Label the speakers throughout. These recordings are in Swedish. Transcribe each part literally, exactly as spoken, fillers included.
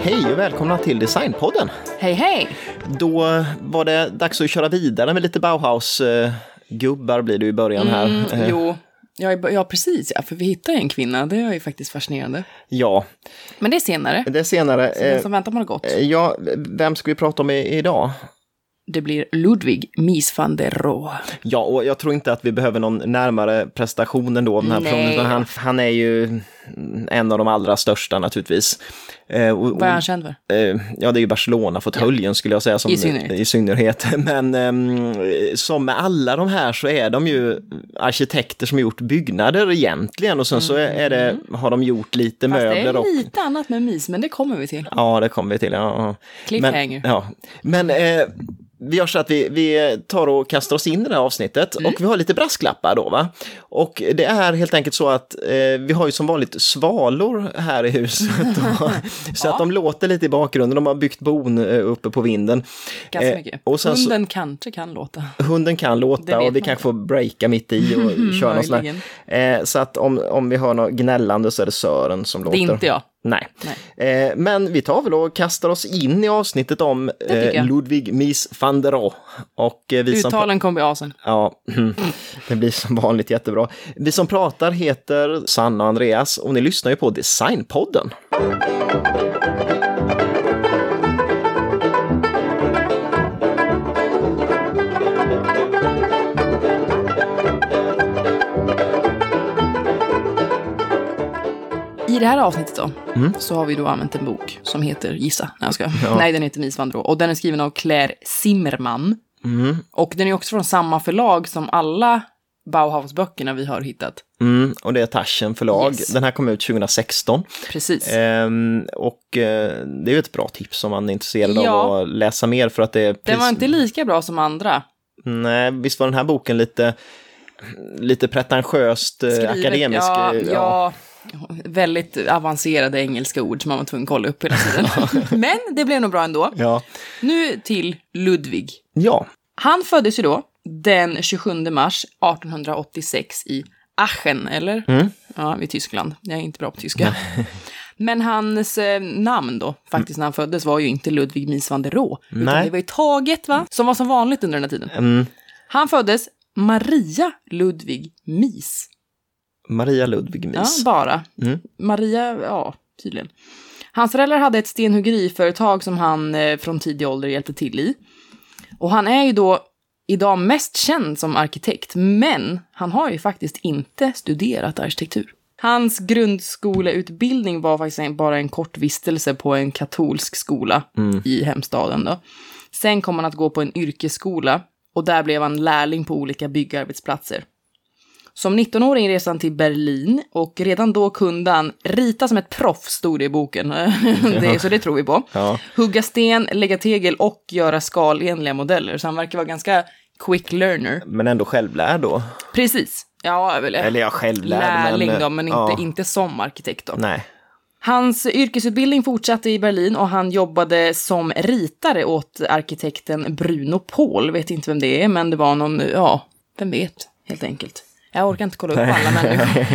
Speaker 1: Hej och välkomna till Designpodden.
Speaker 2: Hej hej!
Speaker 1: Då var det dags att köra vidare med lite Bauhaus-gubbar blir det i början här.
Speaker 2: Mm, jo, ja, ja precis ja, för vi hittar en kvinna, det är ju faktiskt fascinerande.
Speaker 1: Ja.
Speaker 2: Men det är senare.
Speaker 1: Det är senare.
Speaker 2: Så den som väntar på något gott.
Speaker 1: Ja, vem ska vi prata om i, idag?
Speaker 2: Det blir Ludwig Mies van der Rohe.
Speaker 1: Ja, och jag tror inte att vi behöver någon närmare prestation ändå av den här personen, utan han, han är ju en av de allra största naturligtvis. Eh, och,
Speaker 2: Vad är han känd för?
Speaker 1: Eh, ja, det är ju Barcelona-fåtöljen ja. skulle jag säga. Som,
Speaker 2: I synnerhet.
Speaker 1: I synnerhet. Men eh, som med alla de här så är de ju arkitekter som har gjort byggnader egentligen. Och sen mm. så är det, har de gjort lite
Speaker 2: Fast
Speaker 1: möbler.
Speaker 2: det är
Speaker 1: och...
Speaker 2: lite annat med Mies, men det kommer vi till.
Speaker 1: Ja, det kommer vi till. Ja.
Speaker 2: Cliffhanger.
Speaker 1: Men, ja. men eh, vi gör så att vi, vi tar och kastar oss in i det här avsnittet mm. och vi har lite brasklappar då va. Och det är helt enkelt så att eh, vi har ju som vanligt svalor här i huset och, så ja. att de låter lite i bakgrunden. De har byggt bon eh, uppe på vinden.
Speaker 2: Ganska eh, mycket. Och sen hunden så, kanske kan låta.
Speaker 1: Hunden kan låta och vi kanske får breaka mitt i och mm, köra något sånt eh, så att om, om vi har något gnällande så är det Sören som låter.
Speaker 2: Det är inte jag.
Speaker 1: Nej, Nej. Eh, men vi tar väl och kastar oss in i avsnittet om eh, Ludwig Mies van der Rohe. Och, eh, vi
Speaker 2: Uttalen
Speaker 1: som...
Speaker 2: kommer bli asen.
Speaker 1: Ja, det blir som vanligt jättebra. Vi som pratar heter Sanna och Andreas och ni lyssnar ju på Designpodden.
Speaker 2: I det här avsnittet då,
Speaker 1: mm.
Speaker 2: så har vi då använt en bok som heter, gissa, nej, jag ska. Ja. Nej den heter Mies van der Rohe och den är skriven av Claire Zimmermann.
Speaker 1: Mm.
Speaker 2: Och den är också från samma förlag som alla Bauhaus-böckerna vi har hittat.
Speaker 1: Mm, och det är Taschen förlag. Yes. Den här kom ut tjugo sexton.
Speaker 2: Precis.
Speaker 1: Ehm, och eh, det är ju ett bra tips om man är intresserad ja. av att läsa mer för att det är...
Speaker 2: Den var inte lika bra som andra.
Speaker 1: Nej, visst var den här boken lite, lite pretentiöst Skrivet, akademisk.
Speaker 2: Ja, ja. ja. Väldigt avancerade engelska ord som man var tvungen att kolla upp hela tiden. Men det blev nog bra ändå. Ja. Nu till Ludwig.
Speaker 1: Ja.
Speaker 2: Han föddes ju då den tjugosjunde mars artonhundraåttiosex i Aachen, eller? Mm. Ja, i Tyskland. Jag är inte bra på tyska. Men hans eh, namn då, faktiskt när han föddes, var ju inte Ludwig Mies van der Rohe. Utan Nej. det var ju taget, va? Som var som vanligt under den här tiden. Mm. Han föddes Maria Ludwig Mies.
Speaker 1: Maria Ludwig Mies.
Speaker 2: Ja, bara. Mm. Maria, ja, tydligen. Hans föräldrar hade ett stenhuggeriföretag som han eh, från tidig ålder hjälpte till i. Och han är ju då idag mest känd som arkitekt, men han har ju faktiskt inte studerat arkitektur. Hans grundskoleutbildning var faktiskt bara en kort vistelse på en katolsk skola mm. i hemstaden då. Sen kom han att gå på en yrkesskola och där blev han lärling på olika byggarbetsplatser. Som nittonåring reste han till Berlin och redan då kunde han rita som ett proffs, stod det i boken. det, så det tror vi på. Ja. Hugga sten, lägga tegel och göra skalenliga modeller. Så han verkar vara ganska quick learner.
Speaker 1: Men ändå självlärd då?
Speaker 2: Precis. Ja, eller,
Speaker 1: eller jag självlärd.
Speaker 2: Lärling
Speaker 1: men,
Speaker 2: då, men inte, ja. inte som arkitekt då.
Speaker 1: Nej.
Speaker 2: Hans yrkesutbildning fortsatte i Berlin och han jobbade som ritare åt arkitekten Bruno Paul. Vet inte vem det är, men det var någon, ja, vem vet, helt enkelt. Jag orkar inte kolla upp alla människor.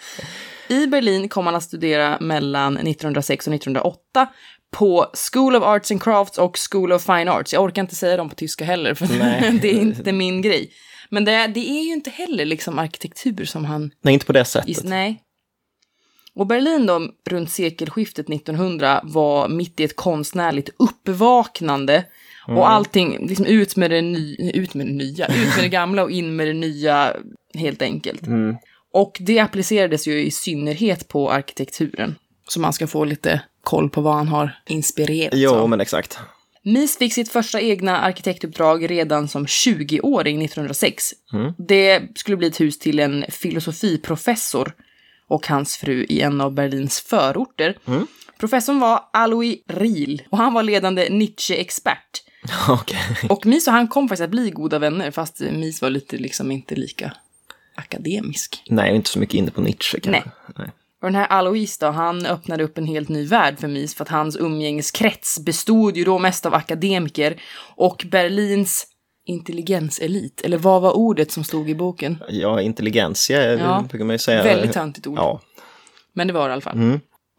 Speaker 2: I Berlin kom han att studera mellan nittonhundrasex och nittonhundraåtta på School of Arts and Crafts och School of Fine Arts. Jag orkar inte säga dem på tyska heller, för det är inte min grej. Men det, det är ju inte heller liksom arkitektur som han...
Speaker 1: Nej, inte på det sättet.
Speaker 2: Is, nej. Och Berlin då, runt sekelskiftet nittonhundra, var mitt i ett konstnärligt uppvaknande. Mm. Och allting, liksom ut med det nya, ut med det nya, ut med det gamla och in med det nya, helt enkelt. Mm. Och det applicerades ju i synnerhet på arkitekturen. Så man ska få lite koll på vad han har inspirerat.
Speaker 1: Jo, men exakt.
Speaker 2: Mies fick sitt första egna arkitektuppdrag redan som tjugoåring nittonhundrasex. Mm. Det skulle bli ett hus till en filosofiprofessor och hans fru i en av Berlins förorter. Mm. Professorn var Alois Riel och han var ledande Nietzsche-expert.
Speaker 1: Okay.
Speaker 2: Och Mies och han kom faktiskt att bli goda vänner, fast Mies var lite liksom inte lika akademisk.
Speaker 1: Nej, inte så mycket inne på Nietzsche kanske.
Speaker 2: Nej. Nej. Och den här Alois då, han öppnade upp en helt ny värld för Mies, för att hans umgängeskrets bestod ju då mest av akademiker och Berlins intelligenselit. Eller vad var ordet som stod i boken?
Speaker 1: Ja, intelligensia, ja, brukar man ju säga.
Speaker 2: Väldigt töntigt ord.
Speaker 1: Ja.
Speaker 2: Men det var det i alla fall.
Speaker 1: Mm.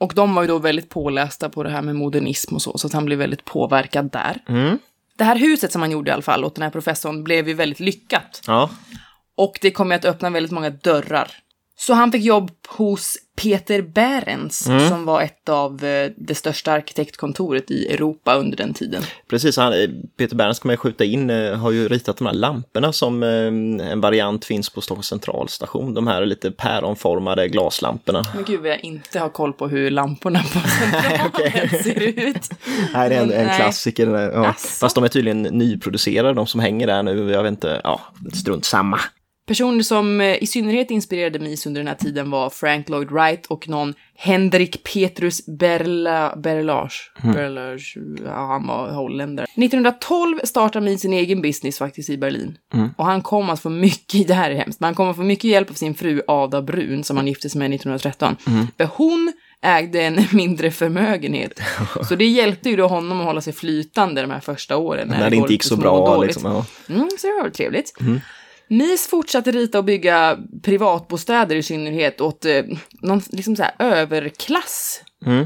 Speaker 2: Och de var ju då väldigt pålästa på det här med modernism och så, så att han blev väldigt påverkad där.
Speaker 1: Mm.
Speaker 2: Det här huset som han gjorde i alla fall åt den här professorn blev ju väldigt lyckat.
Speaker 1: Ja.
Speaker 2: Och det kom ju att öppna väldigt många dörrar. Så han fick jobb hos Peter Behrens, mm. som var ett av eh, det största arkitektkontoret i Europa under den tiden.
Speaker 1: Precis, han, Peter Behrens kommer skjuta in, eh, har ju ritat de här lamporna som eh, en variant finns på Stockholms centralstation. De här lite päronformade glaslamporna.
Speaker 2: Men gud, jag inte har koll på hur lamporna på centralen okay. ser ut.
Speaker 1: Nej, det är en, en klassiker. Ja. Fast de är tydligen nyproducerade, de som hänger där nu. Jag vet inte, ja, strunt samma.
Speaker 2: Personer som i synnerhet inspirerade Mies under den här tiden var Frank Lloyd Wright och någon Hendrik Petrus Berla, Berlage. Mm. Berlage, ja, han var holländare. nittonhundratolv startade Mies sin egen business faktiskt i Berlin. Mm. Och han kom att få mycket, det här är hemskt, men han kom att få mycket hjälp av sin fru Ada Brun som han gifte sig med nittonhundratretton. Mm. För hon ägde en mindre förmögenhet. Så det hjälpte ju då honom att hålla sig flytande de här första åren. När,
Speaker 1: när det inte gick så bra. Liksom, ja.
Speaker 2: mm, så det var väl trevligt. Mm. Mies fortsatte rita och bygga privatbostäder i synnerhet åt eh, någon liksom så här överklass.
Speaker 1: Mm.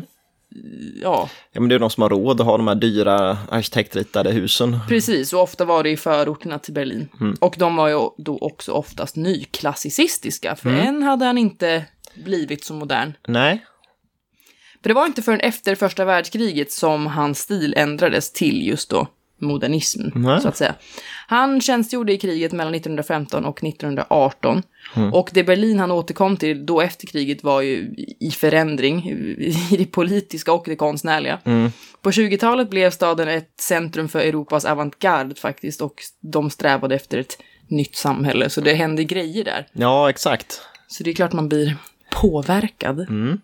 Speaker 2: Ja.
Speaker 1: Ja, men det är de som har råd att ha de här dyra arkitektritade husen.
Speaker 2: Precis, och ofta var det i förorterna till Berlin. Mm. Och de var ju då också oftast nyklassicistiska, för mm. än hade han inte blivit så modern.
Speaker 1: Nej.
Speaker 2: För det var inte förrän efter första världskriget som hans stil ändrades till just då modernism, mm. så att säga. Han tjänstgjorde i kriget mellan nittonhundrafemton och nittonhundraarton. Mm. Och det Berlin han återkom till då efter kriget var ju i förändring i det politiska och det konstnärliga. Mm. På tjugotalet blev staden ett centrum för Europas avantgarde faktiskt, och de strävade efter ett nytt samhälle. Så det hände grejer där.
Speaker 1: Ja, exakt.
Speaker 2: Så det är klart man blir påverkad.
Speaker 1: Mm.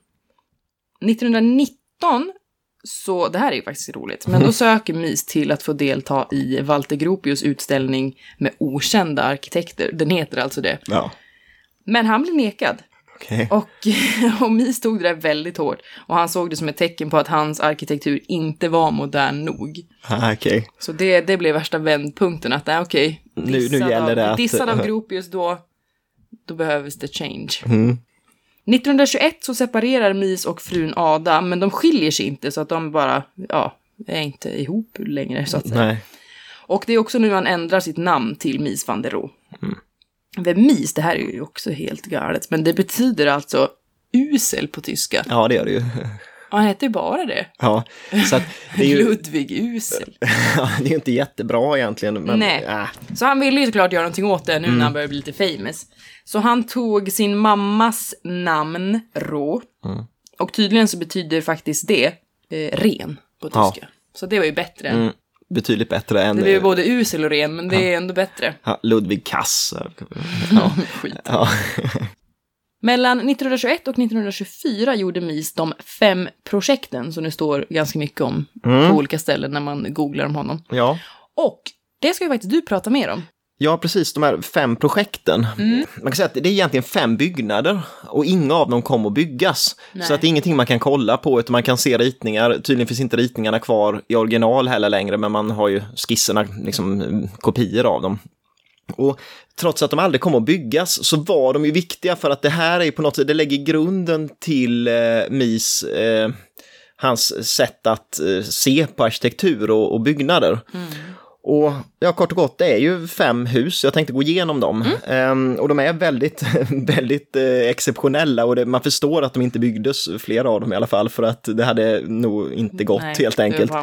Speaker 2: nittonhundranitton, så det här är ju faktiskt roligt, men då söker Mies till att få delta i Walter Gropius utställning med okända arkitekter. Den heter alltså det.
Speaker 1: Ja.
Speaker 2: Men han blev nekad.
Speaker 1: Okay.
Speaker 2: Och, och Mies tog det där väldigt hårt. Och han såg det som ett tecken på att hans arkitektur inte var modern nog.
Speaker 1: Ah, okay.
Speaker 2: Så det, det blev värsta vändpunkten, att okej, okay,
Speaker 1: nu, nu gäller
Speaker 2: av,
Speaker 1: det att...
Speaker 2: dissad av Gropius då, då behövs det change.
Speaker 1: Mm.
Speaker 2: nittonhundratjugoett så separerar Mies och frun Ada, men de skiljer sig inte, så att de bara, ja, är inte ihop längre, så att säga.
Speaker 1: Nej.
Speaker 2: Och det är också nu han ändrar sitt namn till Mies van der Rohe. Mm. Men Mies, det här är ju också helt galet, men det betyder alltså usel på tyska.
Speaker 1: Ja, det gör det ju.
Speaker 2: Och han heter ju bara det.
Speaker 1: Ja, så att det är ju...
Speaker 2: Ludvig usel.
Speaker 1: Ja, det är ju inte jättebra egentligen. Men...
Speaker 2: Nej, äh. Så han ville ju såklart göra någonting åt det nu mm. när han började bli lite famous. Så han tog sin mammas namn, Rohe. Mm. Och tydligen så betyder faktiskt det eh, ren på tyska. Ja. Så det var ju bättre än...
Speaker 1: Mm. Betydligt bättre än...
Speaker 2: Det är ju både usel och ren, men det ja. är ändå bättre.
Speaker 1: Ja, Ludvig Kass. Ja.
Speaker 2: Skit.
Speaker 1: Ja.
Speaker 2: Mellan nittonhundratjugoett och nittonhundratjugofyra gjorde Mies de fem projekten, som det står ganska mycket om mm. på olika ställen när man googlar om honom.
Speaker 1: Ja.
Speaker 2: Och det ska ju faktiskt du prata mer om.
Speaker 1: Ja, precis. De här fem projekten. Mm. Man kan säga att det är egentligen fem byggnader och inga av dem kommer att byggas. Nej. Så att det är ingenting man kan kolla på, utan man kan se ritningar. Tydligen finns inte ritningarna kvar i original heller längre, men man har ju skisserna, liksom kopior av dem. Och trots att de aldrig kommer att byggas så var de ju viktiga, för att det här är på något sätt, det lägger grunden till eh, Mies, eh, hans sätt att eh, se på arkitektur och, och byggnader. Mm. Och ja, kort och gott, det är ju fem hus. Jag tänkte gå igenom dem. Mm. Um, och de är väldigt, väldigt eh, exceptionella. Och det, man förstår att de inte byggdes, flera av dem i alla fall. För att det hade nog inte gått. Nej, helt enkelt.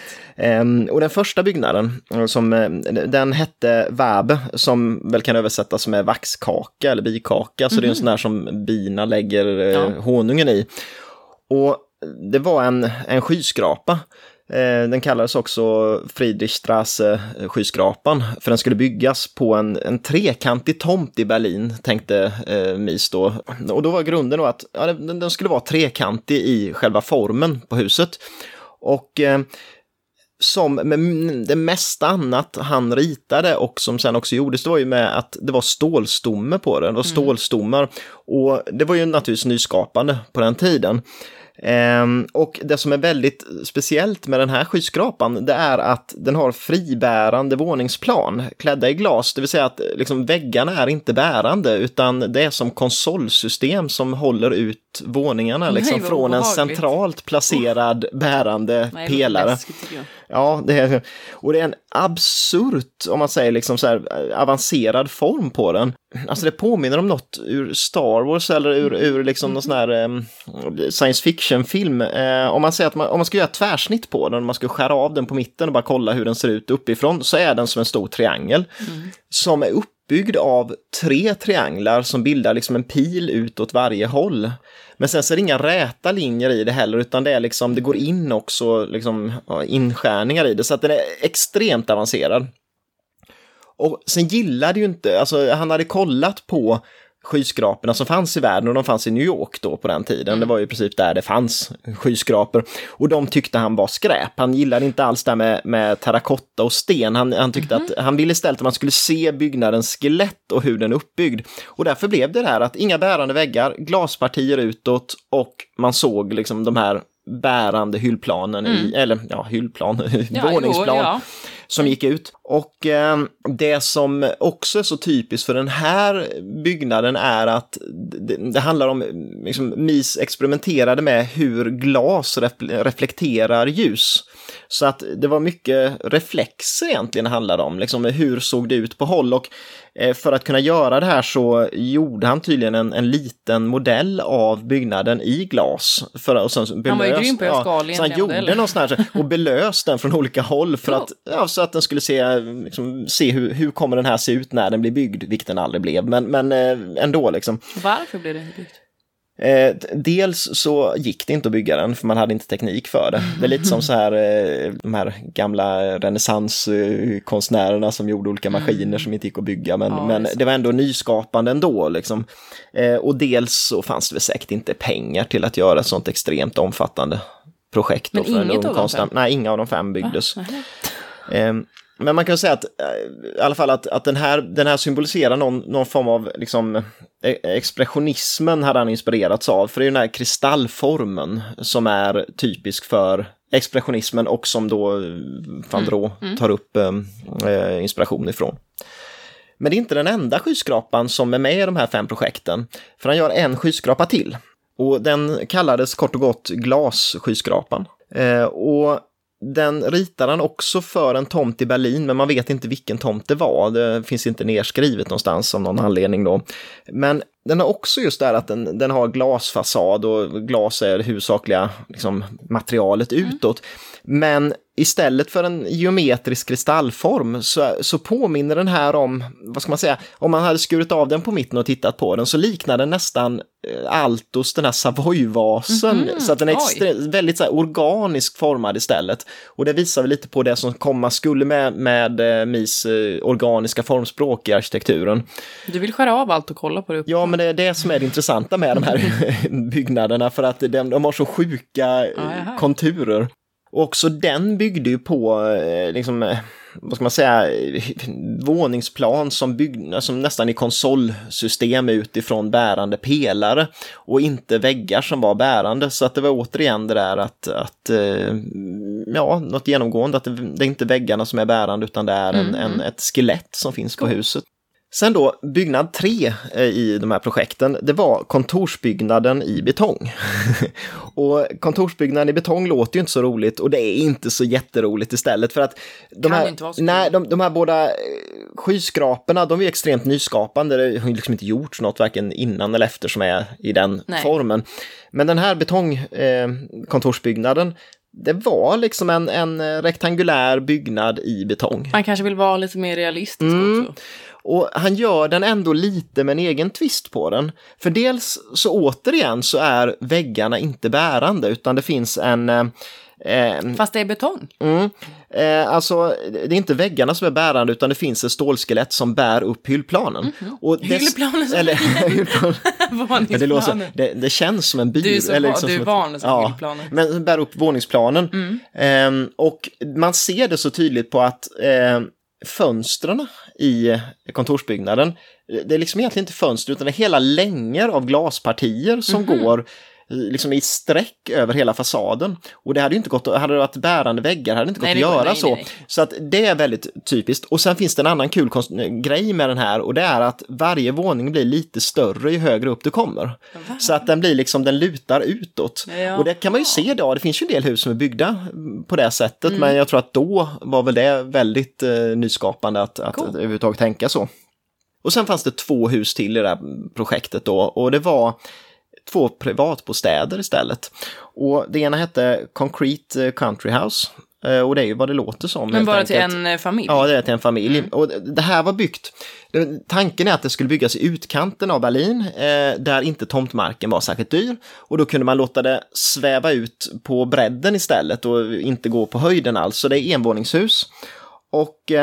Speaker 1: Um, och den första byggnaden, som, den hette Wab, som väl kan översättas med vaxkaka eller bikaka. Så mm. det är en sån där som bina lägger eh, ja. honungen i. Och det var en, en skyskrapa. Den kallades också Friedrichstraße-skyskrapan, för den skulle byggas på en, en trekantig tomt i Berlin, tänkte eh, Mies då. Och då var grunden då att ja, den, den skulle vara trekantig i själva formen på huset. Och eh, som med det mesta annat han ritade och som sen också gjordes, det var ju med att det var stålstomme på den, det var stålstommar. Och det var ju naturligtvis nyskapande på den tiden. Ehm, och det som är väldigt speciellt med den här skyskrapan, det är att den har fribärande våningsplan klädda i glas. Det vill säga att liksom, väggarna är inte bärande, utan det är som konsolsystem som håller ut våningarna liksom,
Speaker 2: Nej,
Speaker 1: från en
Speaker 2: obehagligt.
Speaker 1: centralt placerad oh. bärande
Speaker 2: Nej,
Speaker 1: pelare.
Speaker 2: Läskigt, tycker jag.
Speaker 1: Ja, det är, och det är en absurt, om man säger liksom så här, avancerad form på den. Alltså det påminner om något ur Star Wars eller ur, ur liksom någon sån här um, science fiction-film. Eh, om man säger att man, om man ska göra ett tvärsnitt på den, om man ska skära av den på mitten och bara kolla hur den ser ut uppifrån, så är den som en stor triangel mm. som är uppbyggd av tre trianglar som bildar liksom en pil ut åt varje håll. Men sen så är det inga räta linjer i det heller, utan det är liksom, det går in också liksom, ja, inskärningar i det, så att den är extremt avancerad. Och sen gillade ju inte, alltså han hade kollat på skyskraporna som fanns i världen, och de fanns i New York då på den tiden. Mm. Det var ju precis där det fanns skyskrapor. Och de tyckte han var skräp. Han gillade inte alls det med, med terrakotta och sten. Han, han tyckte mm. att han ville istället att man skulle se byggnadens skelett och hur den är uppbyggd. Och därför blev det här att inga bärande väggar, glaspartier utåt, och man såg liksom de här bärande hyllplanen mm. i, eller ja, hyllplan, ja, våningsplan. Jo, ja. Som gick ut. Och eh, det som också är så typiskt för den här byggnaden är att det, det handlar om, liksom, Mies experimenterade med hur glas ref- reflekterar ljus. Så att det var mycket reflexer egentligen handlade om, liksom hur såg det ut på håll, och eh, för att kunna göra det här så gjorde han tydligen en, en liten modell av byggnaden i glas. För, och sen belöst, han var ju grym på ja, skal så han gjorde eller? någon sån här, och belöst den från olika håll för att, ja, så att den skulle se, liksom, se hur, hur kommer den här se ut när den blir byggd, vilket den aldrig blev, men, men eh, ändå liksom.
Speaker 2: Varför blev den byggd?
Speaker 1: Eh, dels så gick det inte att bygga den för man hade inte teknik för det. Det är lite som så här eh, de här gamla renässanskonstnärerna som gjorde olika maskiner mm. som inte gick att bygga, men, ja, men det var ändå nyskapande ändå liksom. Eh, och dels så fanns det väl säkert inte pengar till att göra ett sånt extremt omfattande projekt.
Speaker 2: Men
Speaker 1: då för
Speaker 2: inget
Speaker 1: en
Speaker 2: av de fem?
Speaker 1: Nej, inga av de fem byggdes. Eh, men man kan säga att i alla fall att, att den, här, den här symboliserar någon, någon form av liksom, expressionismen hade han inspirerats av. För det är den här kristallformen som är typisk för expressionismen och som då van Draux mm. mm. tar upp eh, inspiration ifrån. Men det är inte den enda skyskrapan som är med i de här fem projekten. För han gör en skyskrapa till. Och den kallades kort och gott glasskyskrapan. Eh, och den ritar han också för en tomt i Berlin, men man vet inte vilken tomt det var. Det finns inte nedskrivet någonstans av någon anledning då. Men den har också just där att den, den har glasfasad, och glas är det huvudsakliga liksom, materialet utåt. Mm. Men istället för en geometrisk kristallform så, så påminner den här om, vad ska man säga, om man hade skurit av den på mitten och tittat på den så liknar den nästan eh, Altos, den här Savoy-vasen. Mm-hmm. Så att den är extre- väldigt så här, organiskt formad istället. Och det visar väl lite på det som komma skulle med, med eh, Mies eh, organiska formspråk i arkitekturen.
Speaker 2: Du vill skära av allt och kolla på det upp.
Speaker 1: Ja, men det är det som är det intressanta med de här byggnaderna, för att de, de har så sjuka ah, konturer. Och också den byggde ju på, liksom, vad ska man säga, våningsplan som, byggde, som nästan i konsolsystem utifrån bärande pelare och inte väggar som var bärande. Så att det var återigen det där att, att ja, något genomgående, att det, det är inte väggarna som är bärande utan det är en, mm. en, ett skelett som finns på huset. Sen då, byggnad tre i de här projekten, det var kontorsbyggnaden i betong. Och kontorsbyggnaden i betong låter ju inte så roligt, och det är inte så jätteroligt istället, för att de här, nej, de, de här båda skyskraporna, de är extremt nyskapande. Det har ju liksom inte gjorts något varken innan eller efter som är i den nej. formen. Men den här betongkontorsbyggnaden, eh, det var liksom en, en rektangulär byggnad i betong.
Speaker 2: Man kanske vill vara lite mer realistisk
Speaker 1: mm. också. Och han gör den ändå lite med en egen twist på den. För dels så återigen så är väggarna inte bärande, utan det finns en... Eh,
Speaker 2: Fast det är betong.
Speaker 1: Mm, eh, alltså, det är inte väggarna som är bärande, utan det finns ett stålskelett som bär upp hyllplanen. Mm-hmm. Och
Speaker 2: hyllplanen som
Speaker 1: eller, hyllplanen. ja, det, låter, det, det känns som en bil.
Speaker 2: Du är, så,
Speaker 1: eller liksom
Speaker 2: du är van att
Speaker 1: ja,
Speaker 2: hyllplanen.
Speaker 1: Men bär upp våningsplanen. Mm. Eh, och man ser det så tydligt på att... Eh, fönstren i kontorsbyggnaden, det är liksom egentligen inte fönster utan det är hela längor av glaspartier som mm-hmm. går liksom i streck över hela fasaden. Och det hade ju inte gått, hade det varit bärande väggar hade det inte gått nej, att göra nej, så. Nej, nej. Så att det är väldigt typiskt. Och sen finns det en annan kul konst- grej med den här, och det är att varje våning blir lite större ju högre upp du kommer. Va? Så att den blir liksom, den lutar utåt. Ja. Och det kan man ju se idag, det finns ju en del hus som är byggda på det sättet, mm. men jag tror att då var väl det väldigt eh, nyskapande att, att, cool. att överhuvudtaget tänka så. Och sen fanns det två hus till i det här projektet då, och det var två privatbostäder istället. Och det ena hette Concrete Country House, och det är ju vad det låter som.
Speaker 2: Men bara till en familj?
Speaker 1: Ja, det är till en familj. Mm. Och det här var byggt, tanken är att det skulle byggas i utkanten av Berlin, där inte tomtmarken var särskilt dyr. Och då kunde man låta det sväva ut på bredden istället och inte gå på höjden alls. Så det är envåningshus. Och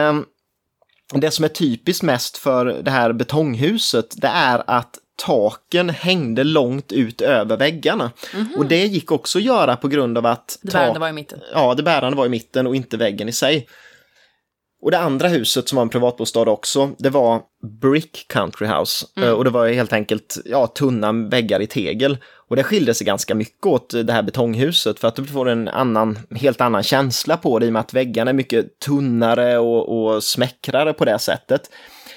Speaker 1: det som är typiskt mest för det här betonghuset, det är att taken hängde långt ut över väggarna. Mm-hmm. Och det gick också att göra på grund av att...
Speaker 2: Det bärande ta- var i mitten.
Speaker 1: Ja, det bärande var i mitten och inte väggen i sig. Och det andra huset som var en privatbostad också, det var Brick Country House. Mm. Och det var helt enkelt ja, tunna väggar i tegel. Och det skilde sig ganska mycket åt det här betonghuset, för att du får en annan, helt annan känsla på det, i och med att väggarna är mycket tunnare och, och smäckrare på det sättet.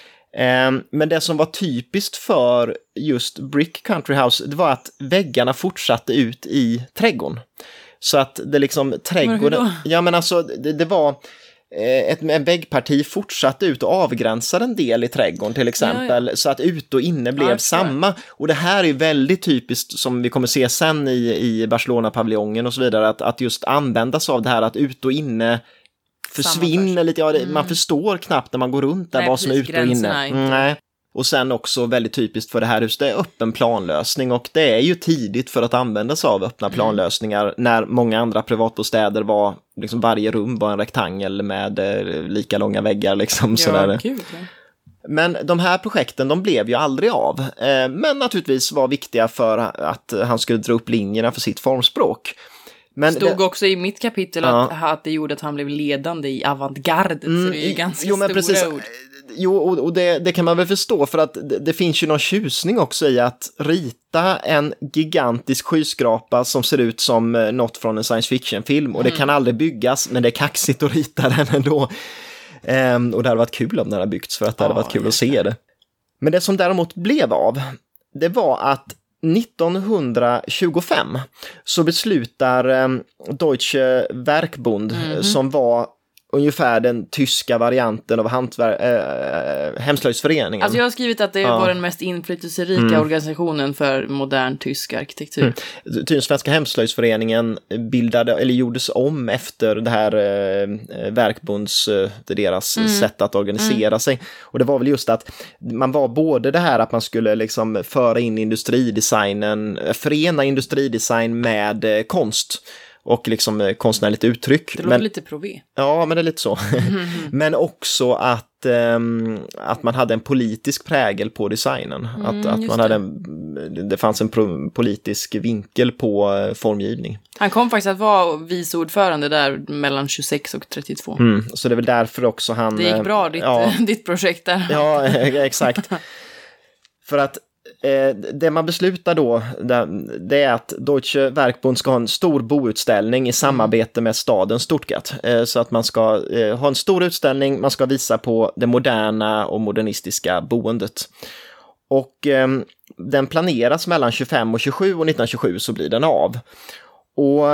Speaker 1: Um, men det som var typiskt för just Brick Country House, det var att väggarna fortsatte ut i trädgården. Så att det liksom trädgården... Ja, men alltså det, det var... Ett, en väggparti fortsatte ut och avgränsade en del i trädgården till exempel, ja, ja. Så att ut och inne blev ja, samma. Och det här är väldigt typiskt, som vi kommer se sen i, i Barcelona-paviljongen och så vidare, att, att just användas av det här att ut och inne försvinner lite. Ja, det, mm. Man förstår knappt när man går runt där nej, vad som är ute och inne. Mm, nej. Och sen också väldigt typiskt för det här huset, det är öppen planlösning, och det är ju tidigt för att användas av öppna mm. planlösningar när många andra privatbostäder var, liksom varje rum var en rektangel med eh, lika långa väggar liksom. Ja, sådär. Gud, ja. Men de här projekten, de blev ju aldrig av, eh, men naturligtvis var viktiga för att han skulle dra upp linjerna för sitt formspråk. Men
Speaker 2: stod
Speaker 1: det
Speaker 2: också i mitt kapitel ja. att, att det gjorde att han blev ledande i avantgarde, mm, så det är ju ganska jo, men stora precis, ord.
Speaker 1: Jo, och, och det, det kan man väl förstå, för att det, det finns ju någon tjusning också i att rita en gigantisk skyskrapa som ser ut som något från en science fiction-film, och mm. det kan aldrig byggas, men det är kaxigt att rita den ändå. Um, och det hade varit kul om den hade byggts, för att det hade oh, varit kul att se det. Men det som däremot blev av, det var att nittonhundratjugofem så beslutar um, Deutsche Werkbund, mm-hmm. som var ungefär den tyska varianten av hantver- äh, hemslöjdsföreningen.
Speaker 2: Alltså jag har skrivit att det ja. var den mest inflytelserika mm. organisationen för modern tysk arkitektur.
Speaker 1: Mm. Den svenska hemslöjdsföreningen bildade, eller gjordes om efter det här äh, Werkbunds, äh, deras mm. sätt att organisera mm. sig. Och det var väl just att man var både det här att man skulle liksom föra in industridesignen, förena industridesign med äh, konst. Och liksom konstnärligt uttryck.
Speaker 2: Det låter men, lite prové.
Speaker 1: Ja, men det är lite så. Mm-hmm. Men också att, um, att man hade en politisk prägel på designen. Mm, att att man hade en, det fanns en pro- politisk vinkel på uh, formgivning.
Speaker 2: Han kom faktiskt att vara vice ordförande där mellan tjugosex och trettiotvå.
Speaker 1: Mm, så det är väl därför också han...
Speaker 2: Det gick bra, ditt, ja, ditt projekt där.
Speaker 1: Ja, exakt. För att det man beslutar då, det är att Deutsche Werkbund ska ha en stor boutställning i samarbete med staden Stuttgart. Så att man ska ha en stor utställning, man ska visa på det moderna och modernistiska boendet. Och den planeras mellan tjugofem och tjugosju, och nittonhundratjugosju så blir den av. Och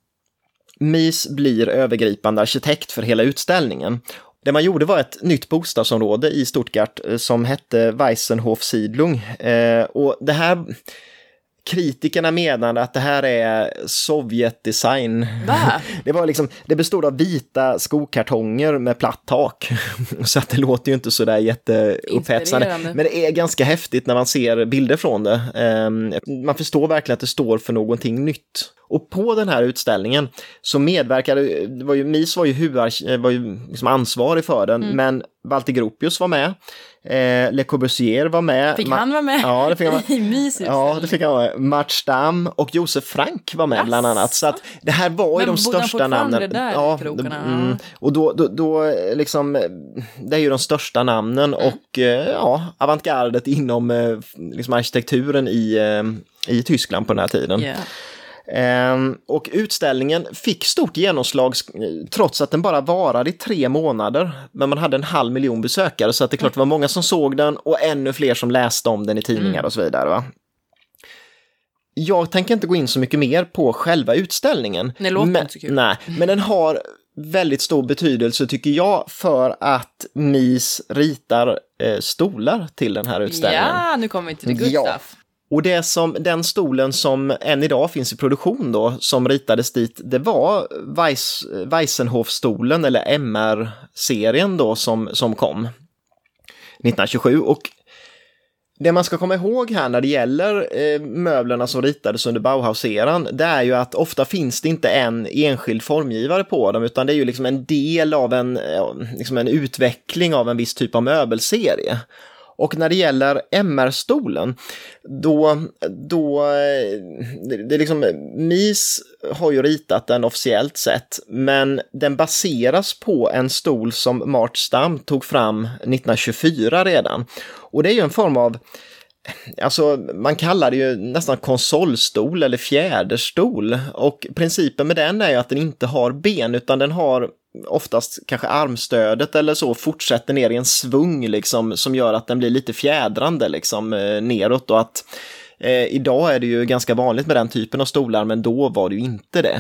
Speaker 1: Mies blir övergripande arkitekt för hela utställningen. Det man gjorde var ett nytt bostadsområde i Stuttgart som hette Weissenhof-Siedlung. Eh, och det här, kritikerna menade att det här är Sovjetdesign.
Speaker 2: Va?
Speaker 1: Det var liksom, det bestod av vita skokartonger med platt tak. Så att det låter ju inte så där jätteupphetsande. Men det är ganska häftigt när man ser bilder från det. Eh, man förstår verkligen att det står för någonting nytt. Och på den här utställningen så medverkade, det var ju, M I S var ju, huvud, var ju liksom ansvarig för den, mm. men Walter Gropius var med, eh, Le Corbusier var med.
Speaker 2: Fick Ma- han vara med?
Speaker 1: Ja, det fick han
Speaker 2: I M I S.
Speaker 1: Ja, det fick han vara med. Mart Stam och Josef Frank var med, yes. bland annat. Så att det här var ju men de största namnen.
Speaker 2: Det där ja, mm,
Speaker 1: och då, då, då liksom, det är ju de största namnen mm. och ja, avantgardet inom liksom arkitekturen i, i Tyskland på den här tiden.
Speaker 2: Yeah.
Speaker 1: Um, och utställningen fick stort genomslag trots att den bara varade i tre månader, men man hade en halv miljon besökare, så att det är klart det var många som såg den och ännu fler som läste om den i tidningar mm. och så vidare, va? Jag tänker inte gå in så mycket mer på själva utställningen.
Speaker 2: Det låter
Speaker 1: men,
Speaker 2: inte så kul.
Speaker 1: Nej, men den har väldigt stor betydelse tycker jag för att M I S ritar eh, stolar till den här utställningen.
Speaker 2: Ja, nu kommer vi till det good
Speaker 1: ja.
Speaker 2: stuff.
Speaker 1: Och det som, den stolen som än idag finns i produktion då, som ritades dit, det var Weiss, Weissenhof-stolen eller M R-serien då som, som kom nittonhundratjugosju. Och det man ska komma ihåg här när det gäller eh, möblerna som ritades under Bauhaus-eran, det är ju att ofta finns det inte en enskild formgivare på dem, utan det är ju liksom en del av en, liksom en utveckling av en viss typ av möbelserie. Och när det gäller M R-stolen, då, då det är liksom, M I S har ju ritat den officiellt sett, men den baseras på en stol som Mart Stam tog fram nittonhundratjugofyra redan. Och det är ju en form av, alltså man kallar det ju nästan konsolstol eller fjäderstol, och principen med den är ju att den inte har ben, utan den har oftast kanske armstödet eller så fortsätter ner i en svung liksom, som gör att den blir lite fjädrande liksom, eh, neråt, och att eh, idag är det ju ganska vanligt med den typen av stolar, men då var det ju inte det.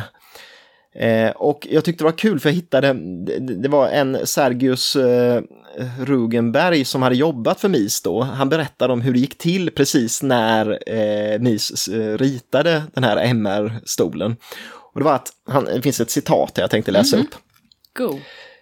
Speaker 1: Eh, och jag tyckte det var kul för jag hittade, det, det var en Sergius eh, Rugenberg som hade jobbat för M I S då. Han berättade om hur det gick till precis när eh, M I S eh, ritade den här M R-stolen. Och det var att, han, det finns ett citat här jag tänkte läsa mm-hmm. upp.
Speaker 2: Go.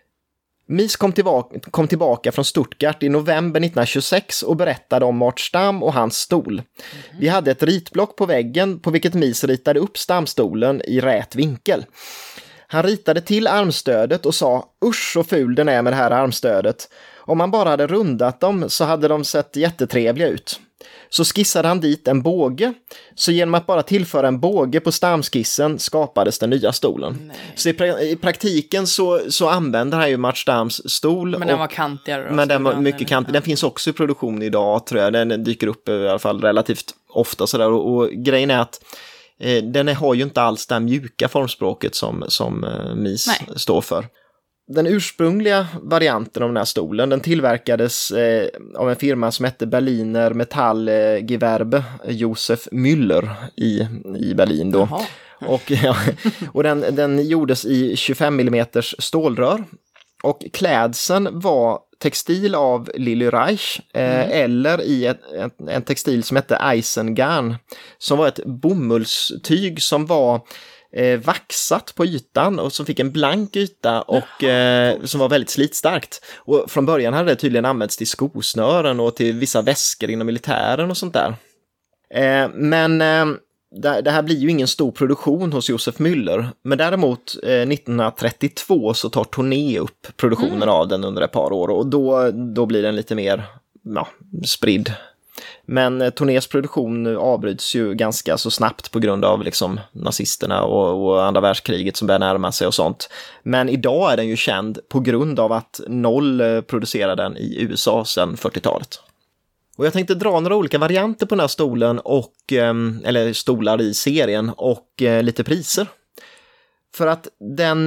Speaker 1: M I S kom tillbaka, kom tillbaka från Stuttgart i november nittonhundratjugosex och berättade om Mart Stam och hans stol. Mm-hmm. Vi hade ett ritblock på väggen på vilket M I S ritade upp stamstolen i rät vinkel. Han ritade till armstödet och sa, usch så ful den är med det här armstödet. Om man bara hade rundat dem så hade de sett jättetrevliga ut. Så skissade han dit en båge, så genom att bara tillföra en båge på stamskissen skapades den nya stolen. Nej. Så i, pra- i praktiken så, så använder han ju Mart Stams stol.
Speaker 2: Men den var kantigare.
Speaker 1: Men den var mycket kantig. Den finns också i produktion idag tror jag. Den dyker upp i alla fall relativt ofta sådär. Och, och grejen är att eh, den har ju inte alls det mjuka formspråket som, som eh, M I S Nej. står för. Den ursprungliga varianten av den här stolen, den tillverkades eh, av en firma som hette Berliner Metallgewerbe, Josef Müller i, i Berlin då. Jaha. Och, ja, och den, den gjordes i tjugofem millimeter stålrör. Och klädseln var textil av Lilly Reich eh, mm. eller i ett, ett, en textil som hette Eisengarn, som var ett bomullstyg som var Eh, vaxat på ytan och som fick en blank yta och eh, som var väldigt slitstarkt. Och från början hade det tydligen använts till skosnören och till vissa väskor inom militären och sånt där. Eh, men eh, det, det här blir ju ingen stor produktion hos Josef Müller. Men däremot eh, nittonhundratrettiotvå så tar Tourné upp produktionen mm. av den under ett par år och då, då blir den lite mer ja, spridd. Men Tournés produktion avbryts ju ganska så snabbt på grund av liksom nazisterna och, och andra världskriget som börjar närma sig och sånt. Men idag är den ju känd på grund av att Noll producerar den i U S A sedan fyrtiotalet. Och jag tänkte dra några olika varianter på den här stolen, och, eller stolar i serien, och lite priser. För att den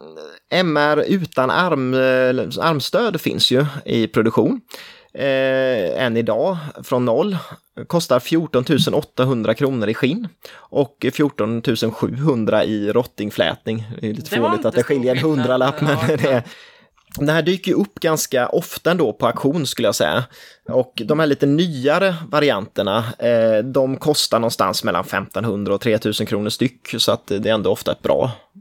Speaker 1: M R utan arm, armstöd finns ju i produktion. Eh, än idag från Noll kostar fjorton tusen åttahundra kronor i skinn och fjorton tusen sjuhundra i rottingflätning. Det är lite fåligt att det skiljer en hundralapp, men det är... Det här dyker ju upp ganska ofta ändå på auktion skulle jag säga. Och de här lite nyare varianterna, eh, de kostar någonstans mellan femtonhundra och tre tusen kronor styck, så att det är ändå ofta ett bra,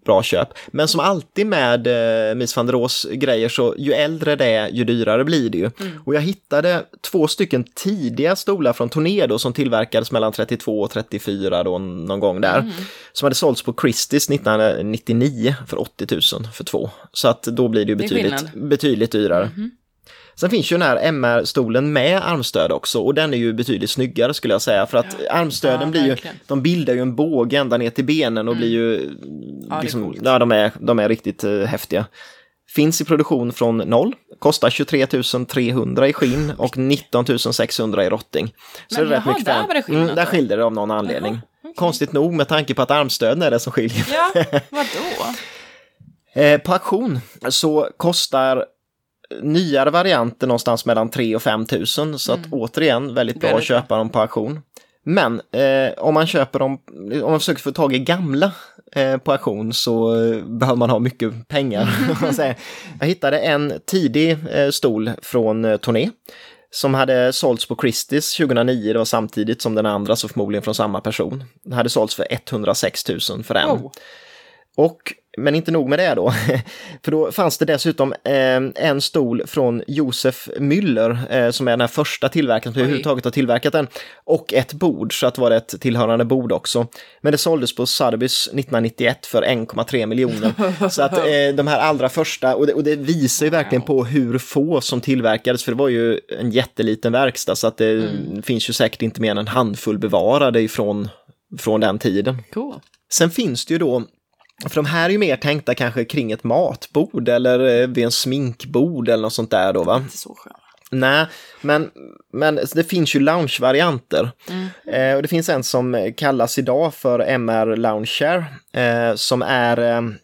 Speaker 1: bra köp. Men som alltid med eh, Mies van der Rohes grejer, så ju äldre det är, ju dyrare blir det ju. Mm. Och jag hittade två stycken tidiga stolar från Tornado som tillverkades mellan trettiotvå och trettiofyra då någon gång där. Mm. Som hade sålts på Christie's nittonhundranittionio för åttio tusen för två. Så att då blir det ju betydligt, det betydligt dyrare. Mm. Sen finns ju den här M R-stolen med armstöd också, och den är ju betydligt snyggare skulle jag säga, för att ja, armstöden ja, blir ju, de bildar ju en båge ända ner till benen och mm. blir ju ja, liksom, ja, de är, de är riktigt uh, häftiga. Finns i produktion från noll, kostar tjugotre tusen trehundra i skinn och nitton tusen sexhundra i rotting. Så
Speaker 2: men
Speaker 1: det är rätt mycket
Speaker 2: där,
Speaker 1: fan. Mm, där skiljer det av någon anledning. Jaha, okay. Konstigt nog med tanke på att armstöden är det som skiljer.
Speaker 2: Ja, vadå?
Speaker 1: eh, på auktion så kostar nyare varianter någonstans mellan tre och fem tusen, så att mm. återigen väldigt bra att köpa dem på auktion. Men eh, om man köper dem, om man försöker få tag i gamla eh, på auktion, så eh, behöver man ha mycket pengar. Jag hittade en tidig eh, stol från eh, Torné som hade sålts på Christie's tjugohundranio, det var samtidigt som den andra, så förmodligen från samma person. Den hade sålts för etthundrasex tusen för en. Oh. Och men inte nog med det då, för då fanns det dessutom eh, en stol från Josef Müller eh, som är den här första tillverkaren som överhuvudtaget har tillverkat den, och ett bord, så att det var ett tillhörande bord också. Men det såldes på Sotheby's nittonhundranittioett för en komma tre miljoner. Så att eh, de här allra första, och det, och det visar ju verkligen på hur få som tillverkades, för det var ju en jätteliten verkstad, så att det mm. finns ju säkert inte mer än en handfull bevarade ifrån från den tiden.
Speaker 2: Cool.
Speaker 1: Sen finns det ju då, för de här är ju mer tänkta kanske kring ett matbord eller vid en sminkbord eller något sånt där då, va?
Speaker 2: Inte så skönt.
Speaker 1: Nej, men, men det finns ju lounge-varianter. Mm. Eh, och det finns en som kallas idag för M R Lounge Chair eh, som är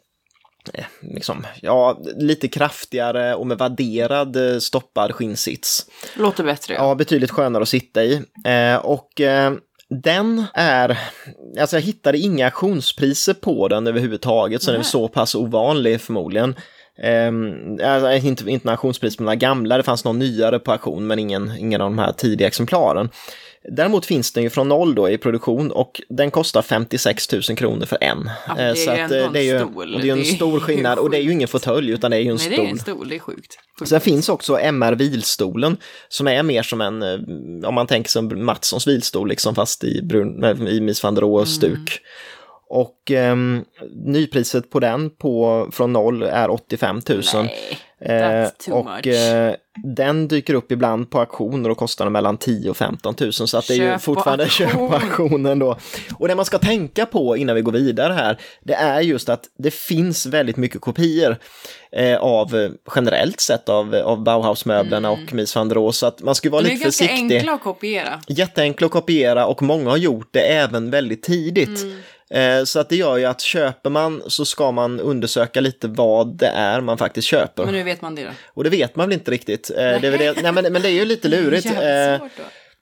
Speaker 1: eh, liksom, ja, lite kraftigare och med vadderad stoppad skinnsits.
Speaker 2: Låter bättre.
Speaker 1: Ja, ja betydligt skönare att sitta i. Eh, och eh, den är, alltså jag hittade inga auktionspriser på den överhuvudtaget, så den är så pass ovanlig förmodligen. Um, alltså, inte, inte auktionspris på den gamla, det fanns någon nyare på auktion, men ingen, ingen av de här tidiga exemplaren. Däremot finns den ju från noll då i produktion, och den kostar femtiosex tusen kronor för en.
Speaker 2: Ja, det är så att, det är ju en stol.
Speaker 1: Det är ju en stor skillnad, och det är ju ingen fåtölj utan det är ju en
Speaker 2: Nej,
Speaker 1: stol.
Speaker 2: det är en stol, det är sjukt.
Speaker 1: Sen finns också M R-vilstolen som är mer som en, om man tänker som Mattssons vilstol liksom, fast i, brun, i Mies van der Rohes stuk. Mm. Och eh, nypriset på den på, från noll är åttiofem tusen.
Speaker 2: Eh,
Speaker 1: och eh, den dyker upp ibland på auktioner och kostar mellan tio och femton tusen, så att det är ju fortfarande köp på auktionen då. Och det man ska tänka på innan vi går vidare här, det är just att det finns väldigt mycket kopior eh, av generellt sett av, av Bauhaus-möblerna mm. och Mies van der Rohe, så att man ska vara lite försiktig.
Speaker 2: Det är ganska enkla att kopiera.
Speaker 1: Jätteenkla att kopiera, och många har gjort det även väldigt tidigt. Mm. Så att det gör ju att köper man, så ska man undersöka lite vad det är man faktiskt köper.
Speaker 2: Men nu vet man det då?
Speaker 1: Och det vet man väl inte riktigt. Nej. Det är det, nej, men, men det är ju lite lurigt. Det är svårt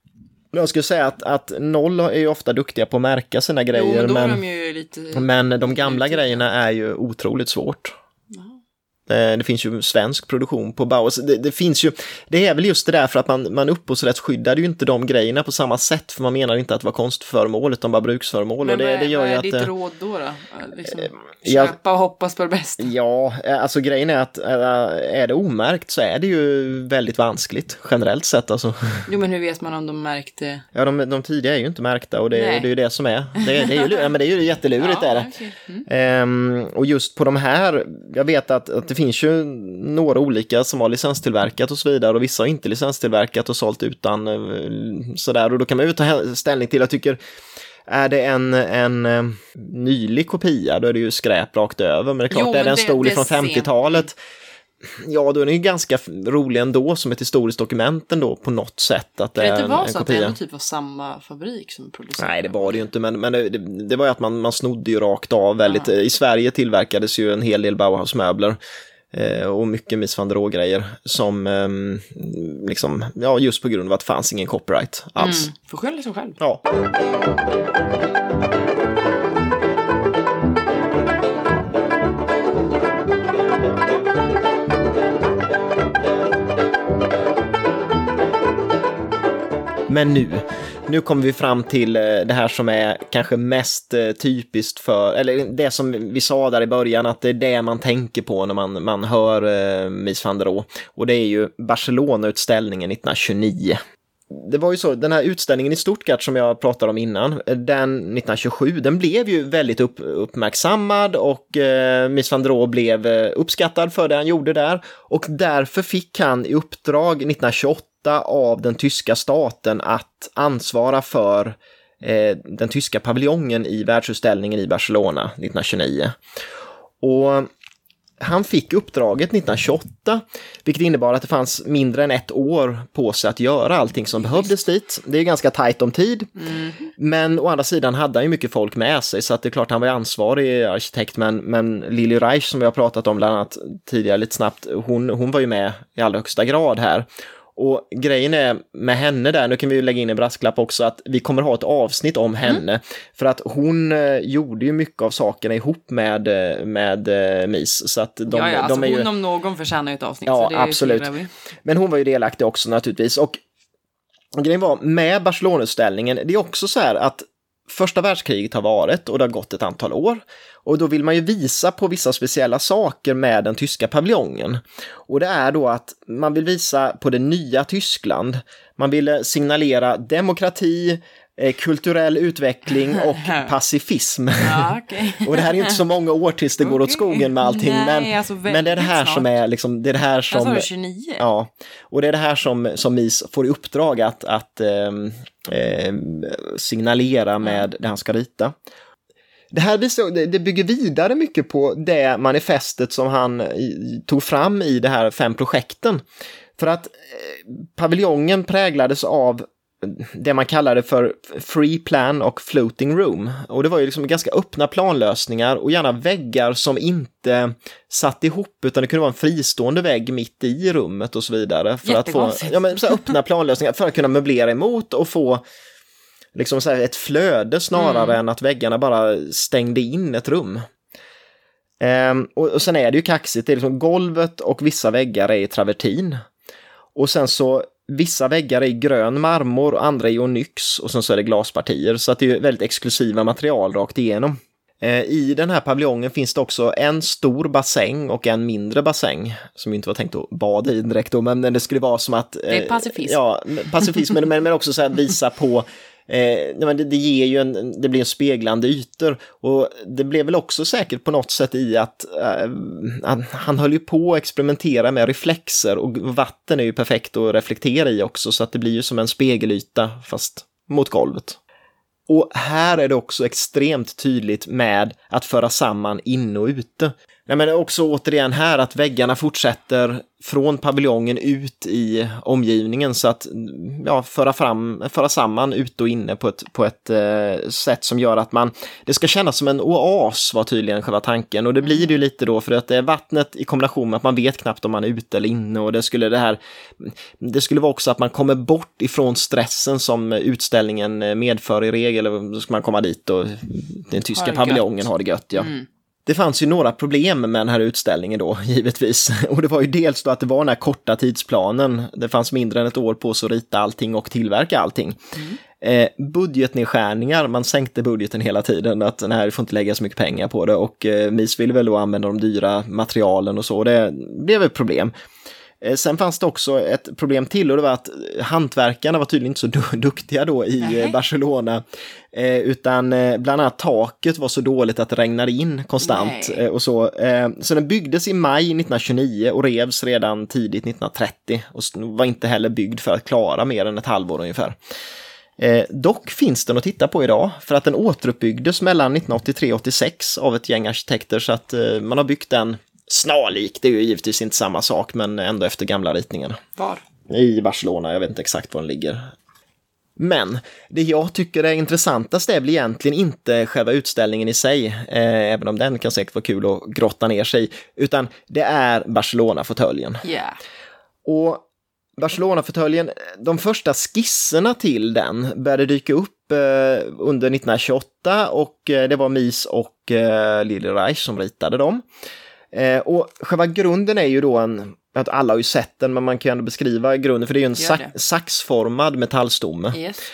Speaker 1: då. Jag skulle säga att, att Noll är ju ofta duktiga på att märka sina grejer.
Speaker 2: Jo, men,
Speaker 1: men,
Speaker 2: de ju lite...
Speaker 1: men de gamla lite... grejerna är ju otroligt svårt. Jaha. Det finns ju svensk produktion på Bauhaus. Det, det finns ju, det är väl just det där för att man, man upphovsrättsskyddade ju inte de grejerna på samma sätt, för man menar inte att det var konstföremål utan bara bruksföremål.
Speaker 2: Men
Speaker 1: och det,
Speaker 2: vad,
Speaker 1: det gör
Speaker 2: vad är
Speaker 1: att,
Speaker 2: ditt råd då? då? Liksom,
Speaker 1: ja,
Speaker 2: köpa och hoppas på det bästa.
Speaker 1: Ja, alltså grejen är att är det omärkt så är det ju väldigt vanskligt generellt sett. Alltså.
Speaker 2: Jo, men hur vet man om de märkte?
Speaker 1: Ja, de, de tidiga är ju inte märkta, och det, det är ju det som är. Det, det är ju, ja, men det är ju jättelurigt. Ja, är det. Okay. Mm. Um, och just på de här, jag vet att, att det finns ju några olika som har licenstillverkat och så vidare, och vissa har inte licenstillverkat och sålt utan sådär, och då kan man ju ta ställning till, jag tycker, är det en, en nylig kopia, då är det ju skräp rakt över, men det är klart, jo, är det en stol från femtiotalet, ja, då är den ju ganska rolig ändå som ett historiskt dokument ändå på något sätt. Att det är
Speaker 2: inte var
Speaker 1: en,
Speaker 2: så
Speaker 1: en
Speaker 2: att det ändå typ var samma fabrik som producerade?
Speaker 1: Nej, det var det ju inte, men, men det, det var ju att man, man snodde ju rakt av väldigt. Aha. I Sverige tillverkades ju en hel del Bauhaus-möbler och mycket Mies van der Rohe-grejer som liksom, ja, just på grund av att det fanns ingen copyright alls.
Speaker 2: Mm, för själv liksom själv.
Speaker 1: Ja. Men nu nu kommer vi fram till det här som är kanske mest typiskt för, eller det som vi sa där i början, att det är det man tänker på när man, man hör eh, Mies van der Rohe. Och det är ju Barcelona-utställningen nittonhundratjugonio. Det var ju så, den här utställningen i Stuttgart som jag pratade om innan, den nittonhundratjugosju, den blev ju väldigt upp, uppmärksammad och eh, Mies van der Rohe blev eh, uppskattad för det han gjorde där. Och därför fick han i uppdrag nittonhundratjugoåtta av den tyska staten att ansvara för eh, den tyska paviljongen i världsutställningen i Barcelona nittonhundratjugonio. Och han fick uppdraget nittonhundratjugoåtta, vilket innebar att det fanns mindre än ett år på sig att göra allting som behövdes dit. Det är ganska tajt om tid, mm. men å andra sidan hade han ju mycket folk med sig, så att det är klart han var ansvarig arkitekt, men, men Lili Reich som vi har pratat om bland annat tidigare lite snabbt, hon, hon var ju med i allra högsta grad här. Och grejen är med henne där, nu kan vi ju lägga in en brasklapp också, att vi kommer ha ett avsnitt om henne. Mm. För att hon eh, gjorde ju mycket av sakerna ihop med, med eh, Mies. Så att de,
Speaker 2: ja, ja,
Speaker 1: de
Speaker 2: alltså
Speaker 1: är
Speaker 2: hon
Speaker 1: ju...
Speaker 2: om någon förtjänar ju ett avsnitt.
Speaker 1: Ja,
Speaker 2: så det
Speaker 1: absolut.
Speaker 2: Vi.
Speaker 1: Men hon var ju delaktig också naturligtvis. Och, och grejen var, med Barcelona-utställningen, det är också så här att första världskriget har varit och det har gått ett antal år. Och då vill man ju visa på vissa speciella saker med den tyska paviljongen. Och det är då att man vill visa på det nya Tyskland. Man vill signalera demokrati, eh, kulturell utveckling och pacifism.
Speaker 2: Ja, okay.
Speaker 1: Och det här är inte så många år tills det går okay. åt skogen med allting.
Speaker 2: Nej,
Speaker 1: men,
Speaker 2: alltså
Speaker 1: men det är det här
Speaker 2: snart.
Speaker 1: som är liksom, det är det här som...
Speaker 2: Jag sa tjugonio.
Speaker 1: Ja, och det är det här som, som Mies får i uppdrag att, att eh, eh, signalera med det han ska rita. Det här visar, det bygger vidare mycket på det manifestet som han tog fram i de här fem projekten. För att eh, paviljongen präglades av det man kallade för free plan och floating room. Och det var ju liksom ganska öppna planlösningar och gärna väggar som inte satt ihop, utan det kunde vara en fristående vägg mitt i rummet och så vidare. För att få ja, men, så här, öppna planlösningar för att kunna möblera emot och få liksom så här, ett flöde snarare mm. än att väggarna bara stängde in ett rum. Ehm, och, och sen är det ju kaxigt, det är liksom golvet och vissa väggar är i travertin. Och sen så vissa väggar är i grön marmor och andra i onyx och sen så är det glaspartier. Så att det är väldigt exklusiva material rakt igenom. Eh, I den här paviljongen finns det också en stor bassäng och en mindre bassäng som inte var tänkt att bada i direkt då, men det skulle vara som att... Eh,
Speaker 2: det är pacifism.
Speaker 1: Ja, pacifism, men, men också så här visa på... Eh, det, det ger ju en, det blir en speglande ytor och det blev väl också säkert på något sätt i att eh, han, han höll ju på att experimentera med reflexer och vatten är ju perfekt att reflektera i också, så att det blir ju som en spegelyta fast mot golvet. Och här är det också extremt tydligt med att föra samman in och ute. Nej, men också återigen här att väggarna fortsätter från paviljongen ut i omgivningen, så att ja, föra, fram, föra samman ut och inne på ett, på ett eh, sätt som gör att man, det ska kännas som en oas var tydligen själva tanken, och det blir det ju lite då för att det är vattnet i kombination med att man vet knappt om man är ute eller inne, och det skulle det här det skulle vara också att man kommer bort ifrån stressen som utställningen medför i regel, eller då ska man komma dit och den tyska paviljongen har det gött, ja. Mm. Det fanns ju några problem med den här utställningen då, givetvis. Och det var ju dels då att det var den här korta tidsplanen. Det fanns mindre än ett år på sig att rita allting och tillverka allting. Mm. Eh, budgetnedskärningar, man sänkte budgeten hela tiden. Att den här får inte lägga så mycket pengar på det. Och eh, Mies ville väl då använda de dyra materialen och så. Det blev ett problem. Sen fanns det också ett problem till, och det var att hantverkarna var tydligen inte så du- duktiga då i Nej. Barcelona, eh, utan eh, bland annat taket var så dåligt att det regnade in konstant eh, och så. Eh, så den byggdes i maj nittonhundratjugonio och revs redan tidigt nittonhundratrettio och var inte heller byggd för att klara mer än ett halvår ungefär. Eh, dock finns den att titta på idag, för att den återuppbyggdes mellan nittonhundraåttiotre och åttiosex av ett gäng arkitekter, så att eh, man har byggt den snarlik, det är ju givetvis inte samma sak, men ändå efter gamla ritningarna.
Speaker 2: Var?
Speaker 1: I Barcelona, jag vet inte exakt var den ligger. Men det jag tycker är intressantast är väl egentligen inte själva utställningen i sig, eh, även om den kan säkert vara kul att grotta ner sig i, utan det är Barcelona-fåtöljen.
Speaker 2: Yeah.
Speaker 1: Och Barcelona-fåtöljen, de första skisserna till den började dyka upp eh, under nittonhundratjugoåtta, och eh, det var Mies och eh, Lili Reich som ritade dem. Eh, och själva grunden är ju då en, att alla har ju sett den, men man kan ju ändå beskriva grunden, för det är ju en sa- saxformad metallstomme.
Speaker 2: Yes.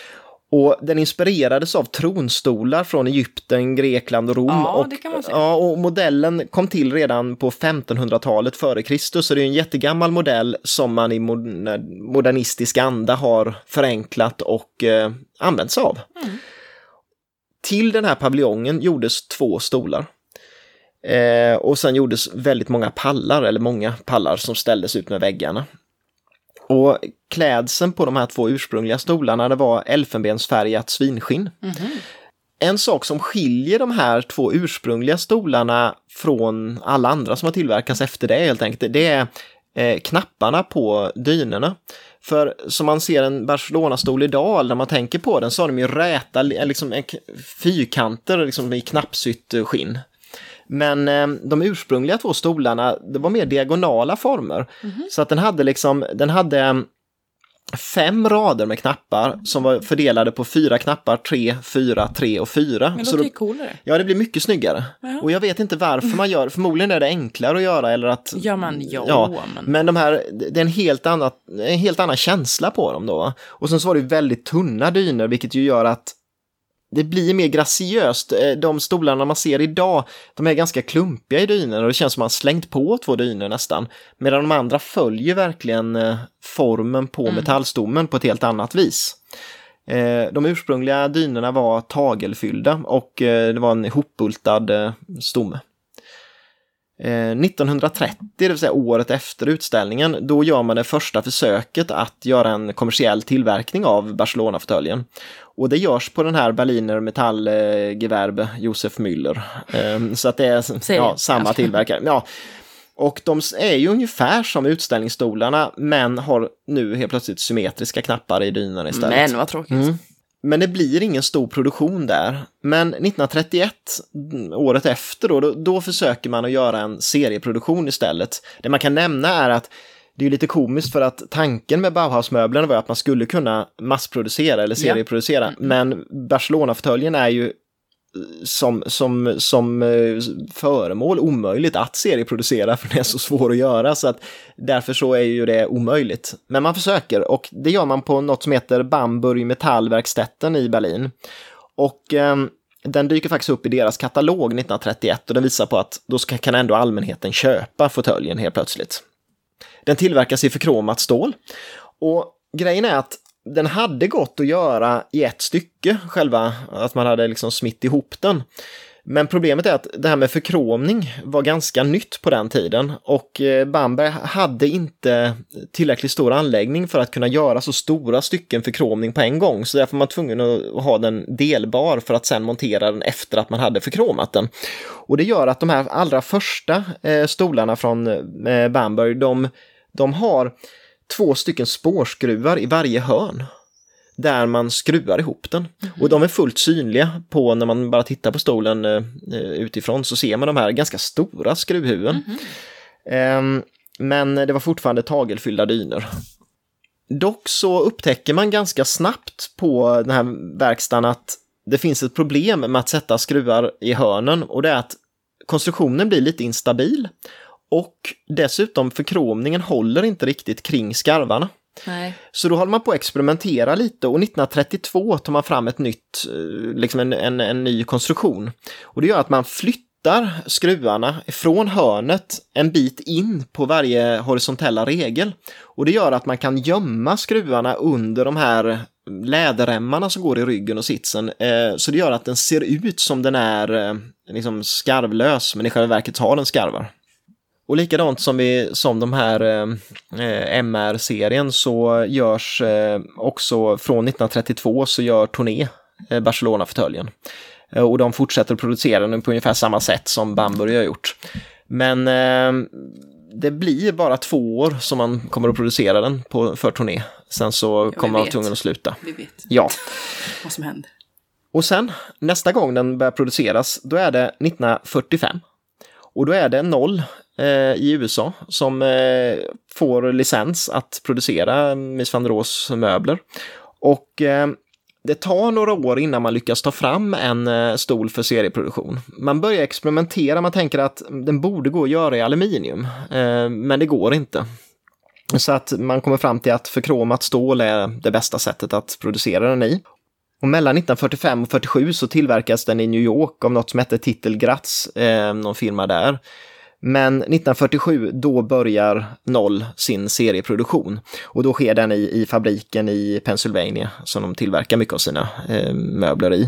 Speaker 1: Och den inspirerades av tronstolar från Egypten, Grekland och Rom.
Speaker 2: Ja,
Speaker 1: och,
Speaker 2: det kan man säga.
Speaker 1: Ja, och modellen kom till redan på femtonhundratalet före Kristus. Så det är en jättegammal modell som man i modernistisk anda har förenklat och eh, använt sig av. Mm. Till den här paviljongen gjordes två stolar. Eh, och sen gjordes väldigt många pallar, eller många pallar som ställdes ut med väggarna. Och klädseln på de här två ursprungliga stolarna, det var elfenbensfärgat svinskinn. Mm-hmm. En sak som skiljer de här två ursprungliga stolarna från alla andra som har tillverkats efter det helt enkelt, det är eh, knapparna på dynorna. För som man ser en Barcelona-stol idag, när man tänker på den, så har de ju räta, liksom fyrkanter liksom i knappsytt skinn. Men eh, de ursprungliga två stolarna, det var mer diagonala former. Mm-hmm. Så att den hade liksom, den hade fem rader med knappar som var fördelade på fyra knappar, tre, fyra, tre och fyra.
Speaker 2: Men
Speaker 1: så
Speaker 2: det är coolare.
Speaker 1: Ja, det blir mycket snyggare.
Speaker 2: Jaha.
Speaker 1: Och jag vet inte varför man gör, förmodligen är det enklare att göra eller att...
Speaker 2: Ja, men ja.
Speaker 1: ja
Speaker 2: Men,
Speaker 1: men de här, det är en helt, annat, en helt annan känsla på dem då. Och sen så var det väldigt tunna dyner, vilket ju gör att det blir mer graciöst. De stolarna man ser idag, de är ganska klumpiga i dynorna och det känns som man slängt på två dyner nästan. Medan de andra följer verkligen formen på mm. metallstommen på ett helt annat vis. De ursprungliga dynorna var tagelfyllda och det var en hopbultad stomme. nittonhundratrettio, det vill säga året efter utställningen, då gör man det första försöket att göra en kommersiell tillverkning av Barcelona-fåtöljen. Och det görs på den här Berliner Metallgewerbe Josef Müller. Så att det är ja, samma tillverkare. Ja. Och de är ju ungefär som utställningsstolarna, men har nu helt plötsligt symmetriska knappar i dynorna istället.
Speaker 2: Men vad tråkigt.
Speaker 1: Mm. Men det blir ingen stor produktion där. Men nittonhundratrettioett, året efter, då, då, då försöker man att göra en serieproduktion istället. Det man kan nämna är att det är lite komiskt för att tanken med Bauhaus-möblerna var att man skulle kunna massproducera eller serieproducera. Ja. Men Barcelona-fåtöljen är ju som, som, som föremål omöjligt att serieproducera, för det är så svårt att göra, så att därför så är ju det omöjligt. Men man försöker, och det gör man på något som heter Bamburg Metallverkstätten i Berlin. Och eh, den dyker faktiskt upp i deras katalog nittonhundratrettioett och den visar på att då ska, kan ändå allmänheten köpa fåtöljen helt plötsligt. Den tillverkas i förkromat stål, och grejen är att den hade gått att göra i ett stycke själva, att man hade liksom smitt ihop den. Men problemet är att det här med förkromning var ganska nytt på den tiden, och Bamberg hade inte tillräckligt stor anläggning för att kunna göra så stora stycken förkromning på en gång, så därför var man tvungen att ha den delbar för att sen montera den efter att man hade förkromat den. Och det gör att de här allra första stolarna från Bamberg, de, de har två stycken spårskruvar i varje hörn där man skruvar ihop den. Mm-hmm. Och de är fullt synliga på, när man bara tittar på stolen uh, utifrån, så ser man de här ganska stora skruvhuvuden. Mm-hmm. Um, men det var fortfarande tagelfyllda dyner. Dock så upptäcker man ganska snabbt på den här verkstaden att det finns ett problem med att sätta skruvar i hörnen, och det är att konstruktionen blir lite instabil. Och dessutom förkromningen håller inte riktigt kring skarvarna.
Speaker 2: Nej.
Speaker 1: Så då håller man på att experimentera lite, och nittonhundratrettiotvå tar man fram ett nytt, liksom en, en, en ny konstruktion. Och det gör att man flyttar skruvarna från hörnet en bit in på varje horisontella regel. Och det gör att man kan gömma skruvarna under de här läderremmarna som går i ryggen och sitsen. Så det gör att den ser ut som den är liksom skarvlös, men i själva verket har den skarvar. Och likadant som, vi, som de här eh, M R-serien, så görs eh, också från nittonhundratrettiotvå så gör Tourné eh, Barcelona-fåtöljen. Eh, och de fortsätter producera den på ungefär samma sätt som Bamburg har gjort. Men eh, det blir bara två år som man kommer att producera den på, för Tourné. Sen så ja, kommer man tvungen att sluta.
Speaker 2: Vi vet
Speaker 1: ja.
Speaker 2: vad som händer.
Speaker 1: Och sen, nästa gång den börjar produceras, då är det nittonhundrafyrtiofem. Och då är det Noll eh, i U S A som eh, får licens att producera Mies van der Rohes möbler. Och eh, det tar några år innan man lyckas ta fram en eh, stol för serieproduktion. Man börjar experimentera, man tänker att den borde gå att göra i aluminium, eh, men det går inte. Så att man kommer fram till att förkromat stål är det bästa sättet att producera den i. Och mellan nittonhundrafyrtiofem och fyrtiosju så tillverkas den i New York av något som heter Titelgratz, eh, någon firma där. Men nittonhundrafyrtiosju då börjar Noll sin serieproduktion och då sker den i, i fabriken i Pennsylvania som de tillverkar mycket av sina eh, möbler i.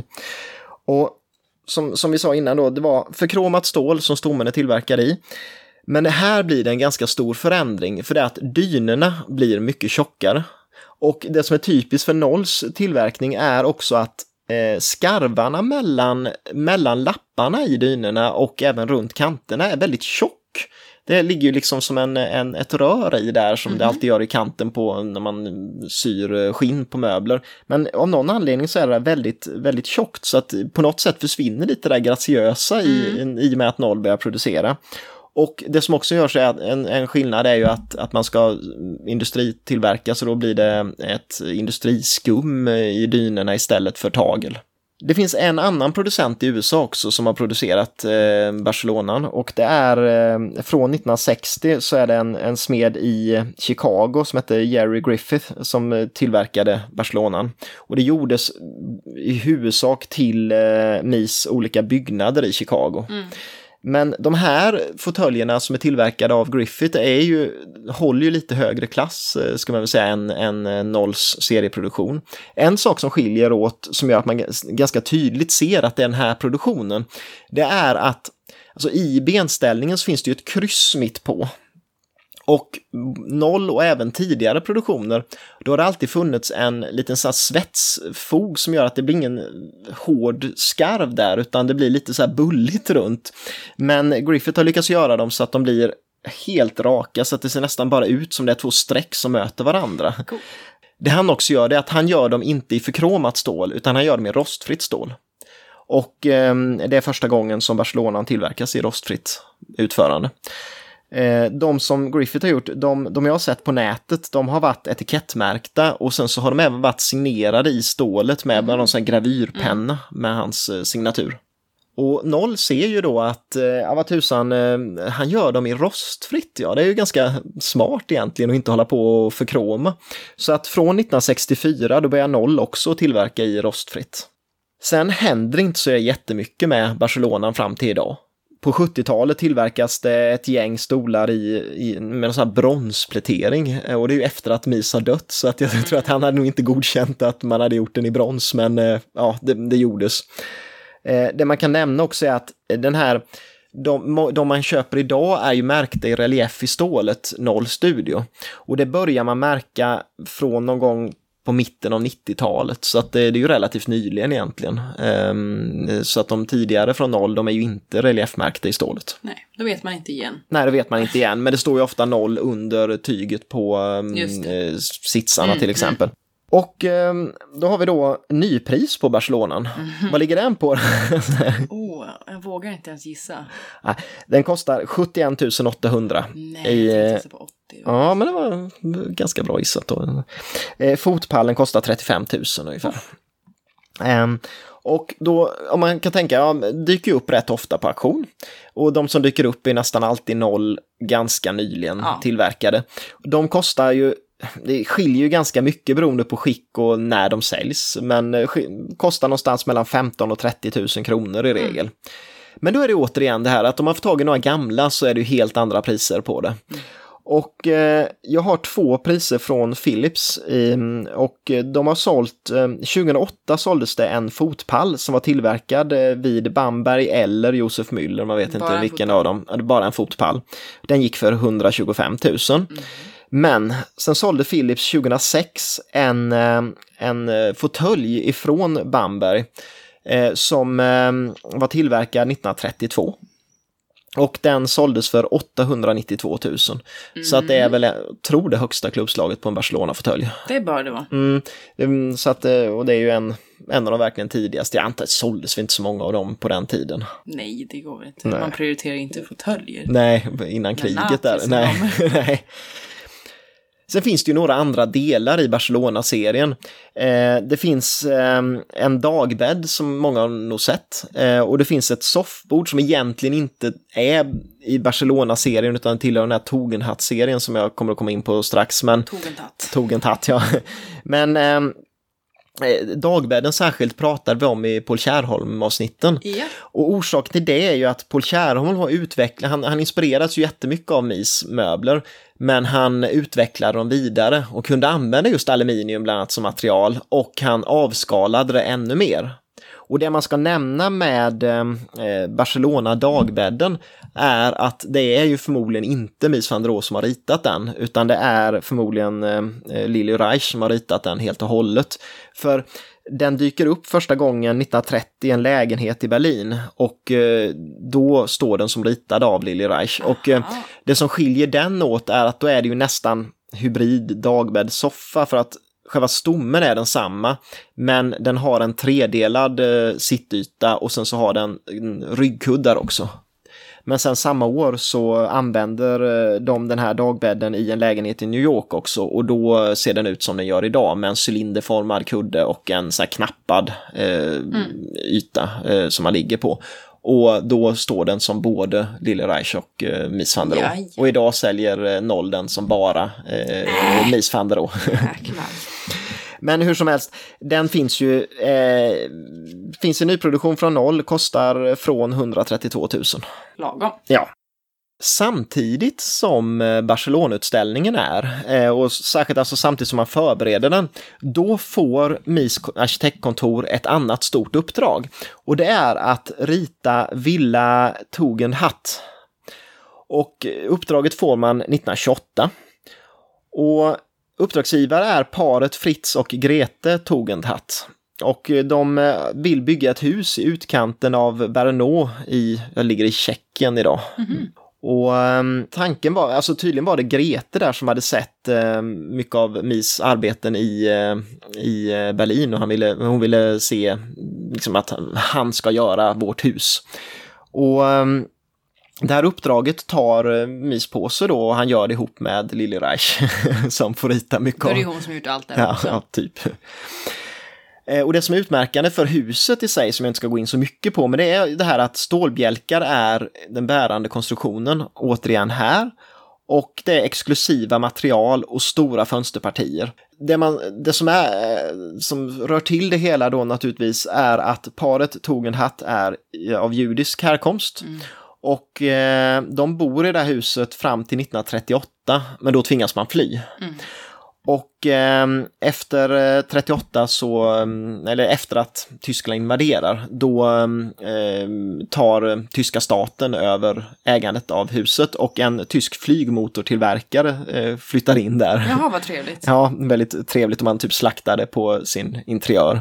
Speaker 1: Och som, som vi sa innan då, det var förkromat stål som stommen är tillverkad i. Men här blir det en ganska stor förändring för det är att dynorna blir mycket tjockare. Och det som är typiskt för Nolls tillverkning är också att eh, skarvarna mellan, mellan lapparna i dynorna och även runt kanterna är väldigt tjock. Det ligger ju liksom som en, en, ett rör i där som mm-hmm. det alltid gör i kanten på när man syr skinn på möbler. Men av någon anledning så är det väldigt, väldigt tjockt så att på något sätt försvinner lite det där graciösa mm. i, i och med att Noll börjar producera. Och det som också görs är en, en skillnad är ju att, att man ska industritillverka så då blir det ett industriskum i dynorna istället för tagel. Det finns en annan producent i U S A också som har producerat eh, Barcelonan och det är eh, från nittonhundrasextio så är det en, en smed i Chicago som heter Jerry Griffith som tillverkade Barcelonan. Och det gjordes i huvudsak till eh, M I's olika byggnader i Chicago. Mm. Men de här fåtöljerna som är tillverkade av Griffith är ju, håller ju lite högre klass ska man väl säga än, än Nolls serieproduktion. En sak som skiljer åt som gör att man ganska tydligt ser att det är den här produktionen det är att alltså i benställningen så finns det ju ett kryss mitt på. Och Noll och även tidigare produktioner, då har det alltid funnits en liten så här svetsfog som gör att det blir ingen hård skarv där utan det blir lite så här bulligt runt. Men Griffith har lyckats göra dem så att de blir helt raka så att det ser nästan bara ut som det är två streck som möter varandra. Cool. Det han också gör det är att han gör dem inte i förkromat stål utan han gör dem i rostfritt stål. Och eh, det är första gången som Barcelonan tillverkas i rostfritt utförande. De som Griffith har gjort, de, de jag har sett på nätet, de har varit etikettmärkta och sen så har de även varit signerade i stålet med mm. någon sån här gravyrpenna mm. med hans signatur. Och Noll ser ju då att, ja vad tusan, han gör dem i rostfritt, ja det är ju ganska smart egentligen att inte hålla på och förkroma. Så att från nittonhundrasextiofyra då börjar Noll också tillverka i rostfritt. Sen händer inte så jättemycket med Barcelonan fram till idag. På sjuttiotalet tillverkas det ett gäng stolar i, i, med en sån här bronsplätering och det är ju efter att M I S har dött så att jag tror att han hade nog inte godkänt att man hade gjort den i brons men ja, det, det gjordes. Det man kan nämna också är att den här, de, de man köper idag är ju märkta i relief i stålet Noll Studio och det börjar man märka från någon gång på mitten av nittiotalet så att det, det är ju relativt nyligen egentligen. Um, så att de tidigare från Noll, de är ju inte reliefmärkta i stålet.
Speaker 2: Nej, då vet man inte igen.
Speaker 1: Nej, det vet man inte igen, men det står ju ofta Noll under tyget på um, sitsarna mm, till exempel. Mm. Och um, då har vi då nypris på Barcelonan. Mm-hmm. Vad ligger den på?
Speaker 2: oh, jag vågar inte ens gissa.
Speaker 1: Den kostar sjuttioen tusen åttahundra.
Speaker 2: Nej,
Speaker 1: i,
Speaker 2: jag tänkte på åttio.
Speaker 1: Ja, men det var ganska bra gissat då. Eh, fotpallen kostar trettiofem tusen ungefär. Oh. Um, och då, om man kan tänka, ja, dyker upp rätt ofta på auktion. Och de som dyker upp är nästan alltid Noll ganska nyligen ja. tillverkade. De kostar ju, det skiljer ju ganska mycket beroende på skick och när de säljs. Men kostar någonstans mellan femton och trettio tusen kronor i regel. Mm. Men då är det återigen det här att om man får tag i några gamla så är det ju helt andra priser på det. Mm. Och eh, jag har två priser från Philips eh, och de har sålt, eh, tjugohundraåtta såldes det en fotpall som var tillverkad eh, vid Bamberg eller Josef Müller, man vet bara inte vilken av dem, bara en fotpall. Den gick för etthundratjugofem tusen. Mm. Men sen sålde Philips tjugohundrasex en, eh, en fåtölj ifrån Bamberg eh, som eh, var tillverkad nittonhundratrettiotvå. Och den såldes för åttahundranittiotvå tusen. Mm. Så att det är väl, jag tror det högsta klubbslaget på en Barcelona-fåtölj.
Speaker 2: Det bör det vara.
Speaker 1: Mm, så att, och det är ju en, en av de verkligen tidigaste. Jag antar att det såldes inte så många av dem på den tiden.
Speaker 2: Nej, det går inte. Nej. Man prioriterar inte fåtöljer.
Speaker 1: Nej, innan kriget där. Nej, nej. Sen finns det ju några andra delar i Barcelona-serien. Eh, det finns eh, en dagbädd som många har nog sett. Eh, och det finns ett soffbord som egentligen inte är i Barcelona-serien utan tillhör den här Tugendhat-serien som jag kommer att komma in på strax. Men,
Speaker 2: Tugendhat.
Speaker 1: Tugendhat, ja. Men eh, dagbädden särskilt pratar vi om i Paul Kärrholm-avsnitten.
Speaker 2: Ja.
Speaker 1: Och orsaken till det är ju att Paul Kärrholm har utvecklat, han, han inspirerats ju jättemycket av Mies möbler, men han utvecklade dem vidare och kunde använda just aluminium bland annat som material, och han avskalade det ännu mer. Och det man ska nämna med eh, Barcelona dagbädden är att det är ju förmodligen inte Mies van der Rohe som har ritat den, utan det är förmodligen eh, Lili Reich som har ritat den helt och hållet. För den dyker upp första gången nittonhundratrettio i en lägenhet i Berlin, och eh, då står den som ritad av Lili Reich. Och eh, det som skiljer den åt är att då är det ju nästan hybrid dagbäddsoffa, för att själva stommen är densamma, men den har en tredelad eh, sittyta och sen så har den en ryggkuddar också. Men sen samma år så använder eh, de den här dagbädden i en lägenhet i New York också, och då ser den ut som den gör idag med en cylinderformad kudde och en så här knappad eh, mm. yta eh, som man ligger på. Och då står den som både Lili Reich och eh, Mies van der Rohe. Ja, ja. Och idag säljer eh, Noll den som bara eh, äh. Mies van der Rohe. Men hur som helst, den finns ju eh, finns en nyproduktion från Noll, kostar från etthundratrettiotvå tusen.
Speaker 2: Lagom.
Speaker 1: Ja. Samtidigt som Barcelona-utställningen är, och särskilt alltså samtidigt som man förbereder den, då får Mies arkitektkontor ett annat stort uppdrag. Och det är att rita Villa Tugendhat. Och uppdraget får man nittonhundratjugoåtta. Och uppdragsgivare är paret Fritz och Grete Tugendhat. Och de vill bygga ett hus i utkanten av Brno i, jag ligger i Tjeckien idag. Mm-hmm. Och um, tanken var, alltså tydligen var det Grete där som hade sett uh, mycket av Mies arbeten i, uh, i Berlin, och han ville, hon ville se liksom, att han ska göra vårt hus. Och um, det här uppdraget tar uh, Mies på sig då, och han gör det ihop med Lili Reich som får rita mycket av.
Speaker 2: Det är hon som gjort allt det
Speaker 1: ja, ja, typ. Och det som är utmärkande för huset i sig, som jag inte ska gå in så mycket på, men det är det här att stålbjälkar är den bärande konstruktionen, återigen här. Och det är exklusiva material och stora fönsterpartier. Det, man, det som, är, som rör till det hela då naturligtvis är att paret Tugendhat är av judisk härkomst. Mm. Och eh, de bor i det här huset fram till nittonhundratrettioåtta, men då tvingas man fly. Mm. Och eh, efter trettioåtta så, eller efter att Tyskland invaderar, då eh, tar tyska staten över ägandet av huset, och en tysk flygmotortillverkare eh, flyttar in där.
Speaker 2: Jaha, vad trevligt.
Speaker 1: Ja, väldigt trevligt, om man typ slaktade på sin interiör.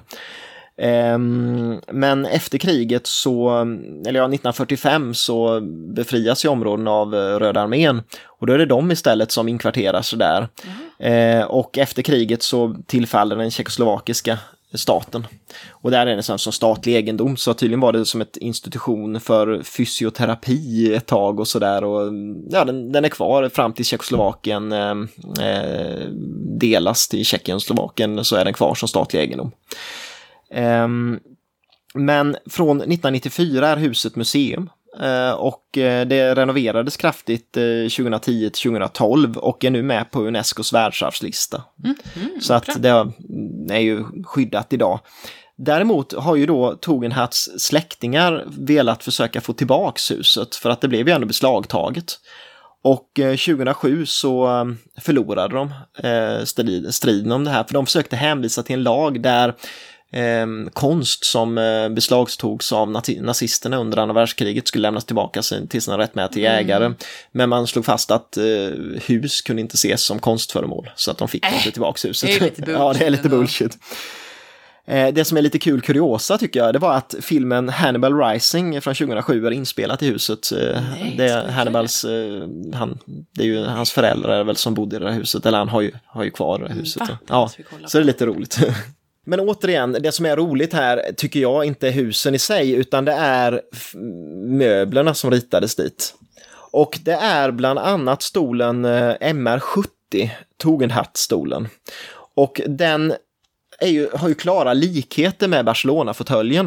Speaker 1: Men efter kriget så, eller ja, nittonhundrafyrtiofem så befrias ju områden av Röda armén, och då är det de istället som inkvarteras där. Mm. Och efter kriget så tillfaller den tjeckoslovakiska staten, och där är det som statlig egendom, så tydligen var det som ett institution för fysioterapi ett tag och sådär, och ja, den, den är kvar fram till Tjeckoslovakien eh, delas till Tjeckien och Slovakien, så är den kvar som statlig egendom. Um, men från nittonhundranittiofyra är huset museum, uh, och uh, det renoverades kraftigt uh, tjugohundratio till tjugohundratolv och är nu med på Unescos världsarvslista. Mm, mm, så att det är ju skyddat idag. Däremot har ju då Tugendhats släktingar velat försöka få tillbaks huset, för att det blev ju ändå beslagtaget. Och tjugohundrasju så förlorade de uh, strid, striden om det här, för de försökte hänvisa till en lag där Eh, konst som eh, beslagtogs av nati- nazisterna under andra världskriget skulle lämnas tillbaka sin, till sina rättmätiga mm. ägare. Men man slog fast att eh, hus kunde inte ses som konstföremål, så att de fick äh, inte tillbaka huset.
Speaker 2: Det är lite bullshit.
Speaker 1: Ja, det är lite bullshit. Eh, det som är lite kul kuriosa tycker jag, det var att filmen Hannibal Rising från tjugohundrasju är inspelat i huset. Eh, Nej, det är Hannibals, eh, han, det är ju hans föräldrar väl som bodde i det här huset, eller han har ju, har ju kvar det här huset. Mm, ja, så det är lite roligt. Men återigen, det som är roligt här tycker jag inte är husen i sig, utan det är f- möblerna som ritades dit. Och det är bland annat stolen eh, M R sjuttio, Tugendhat-stolen. Och den är ju, har ju klara likheter med Barcelona-fåtöljen.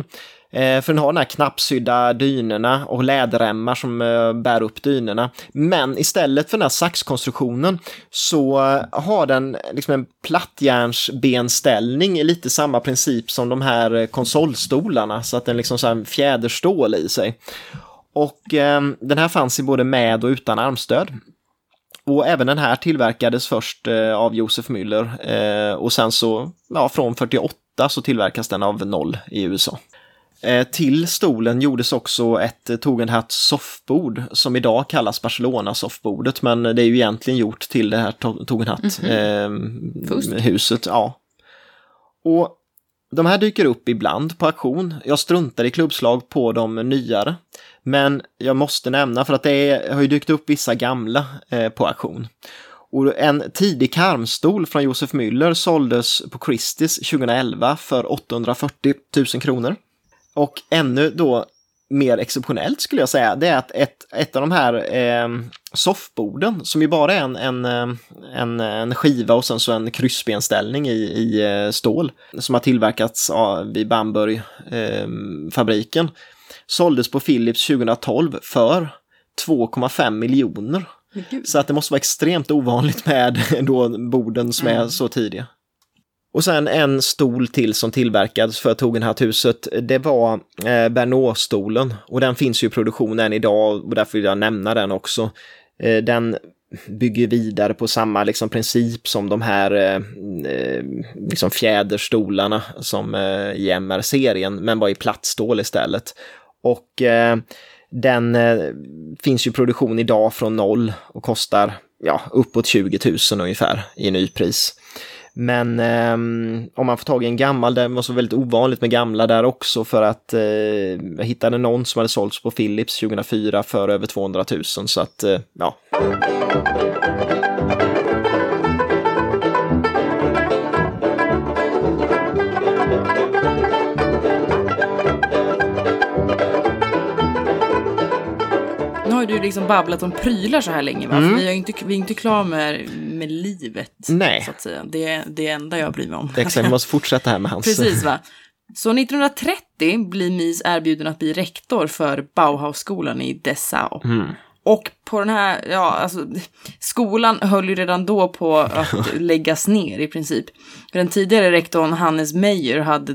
Speaker 1: Eh, för den har den här knappsydda dynorna och läderremmar som eh, bär upp dynorna. Men istället för den här saxkonstruktionen så eh, har den liksom en plattjärnsbenställning i lite samma princip som de här eh, konsolstolarna, så att den liksom så här fjäderstål i sig. Och eh, den här fanns i både med och utan armstöd. Och även den här tillverkades först eh, av Josef Müller eh, och sen så ja, från fyrtioåtta så tillverkas den av Noll i U S A. Eh, till stolen gjordes också ett eh, Tugendhat soffbord som idag kallas Barcelona-soffbordet, men det är ju egentligen gjort till det här Tugendhat-huset. Eh, ja. Och de här dyker upp ibland på auktion. Jag struntar i klubbslag på de nyare. Men jag måste nämna för att det är, har ju dykt upp vissa gamla eh, på auktion. Och en tidig karmstol från Josef Müller såldes på Christie's tjugoelva för åttahundrafyrtio tusen kronor. Och ännu då mer exceptionellt skulle jag säga, det är att ett, ett av de här eh, soffborden som ju bara är en, en, en, en skiva och sen så en kryssbenställning i, i stål som har tillverkats av, vid Bamberg-fabriken. Eh, såldes på Philips tjugohundratolv för två komma fem miljoner. Så att det måste vara extremt ovanligt med då borden som mm. är så tidiga. Och sen en stol till som tillverkades för Tugendhat-huset, det var eh, Bernaux-stolen. Och den finns ju i produktion än idag och därför vill jag nämna den också. Eh, den bygger vidare på samma liksom, princip som de här eh, liksom fjäderstolarna som eh, i M R-serien, men bara i plattstål istället. Och eh, den eh, finns ju i produktion idag från Noll och kostar ja, uppåt tjugo tusen ungefär i nypris. Men eh, om man får tag i en gammal, det var så väldigt ovanligt med gamla där också för att eh, jag hittade någon som hade sålts på Philips tjugohundrafyra för över tvåhundra tusen, så att eh, ja.
Speaker 2: Nu har du liksom babblat om prylar så här länge, va? Mm. För vi är ju inte, vi är inte klar med, med livet.
Speaker 1: Nej.
Speaker 2: Så att säga. Det är det enda jag bryr mig om.
Speaker 1: Exakt, vi måste fortsätta här med hans.
Speaker 2: Precis, va? Så nittonhundratrettio blir Mies erbjuden att bli rektor för Bauhausskolan i Dessau. Mm. Och på den här, ja, alltså, skolan höll ju redan då på att läggas ner i princip. Den tidigare rektorn Hannes Meyer hade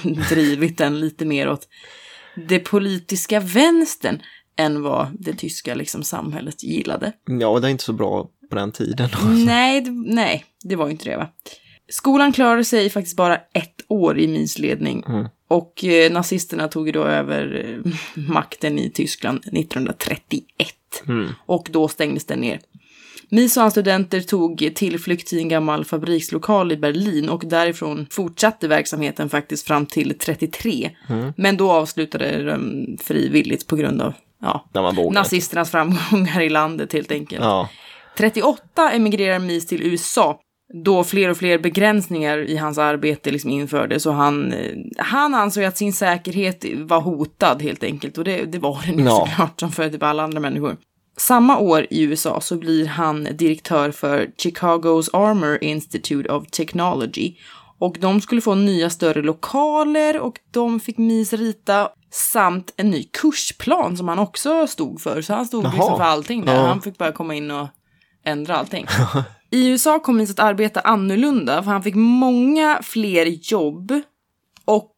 Speaker 2: drivit den lite mer åt det politiska vänstern än vad det tyska liksom, samhället gillade.
Speaker 1: Ja, det är inte så bra på den tiden.
Speaker 2: nej, det, nej, det var ju inte det, va? Skolan klarade sig faktiskt bara ett år i Mies ledning. Mm. Och eh, nazisterna tog då över eh, makten i Tyskland nittonhundratrettioett. Mm. Och då stängdes den ner. Mies och hans studenter tog tillflykt till en gammal fabrikslokal i Berlin och därifrån fortsatte verksamheten faktiskt fram till trettiotre. Mm. Men då avslutade de frivilligt på grund av ja, nazisternas framgångar i landet helt enkelt. Ja. trettioåtta emigrerar Mies till U S A. Då fler och fler begränsningar i hans arbete liksom infördes och han, han ansåg att sin säkerhet var hotad helt enkelt. Och det, det var den ja. såklart som för typ alla andra människor. Samma år i U S A så blir han direktör för Chicago's Armor Institute of Technology. Och de skulle få nya större lokaler och de fick Mies rita samt en ny kursplan som han också stod för. Så han stod liksom för allting där. Ja. Han fick bara komma in och ändra allting. I U S A kom Mies att arbeta annorlunda för han fick många fler jobb och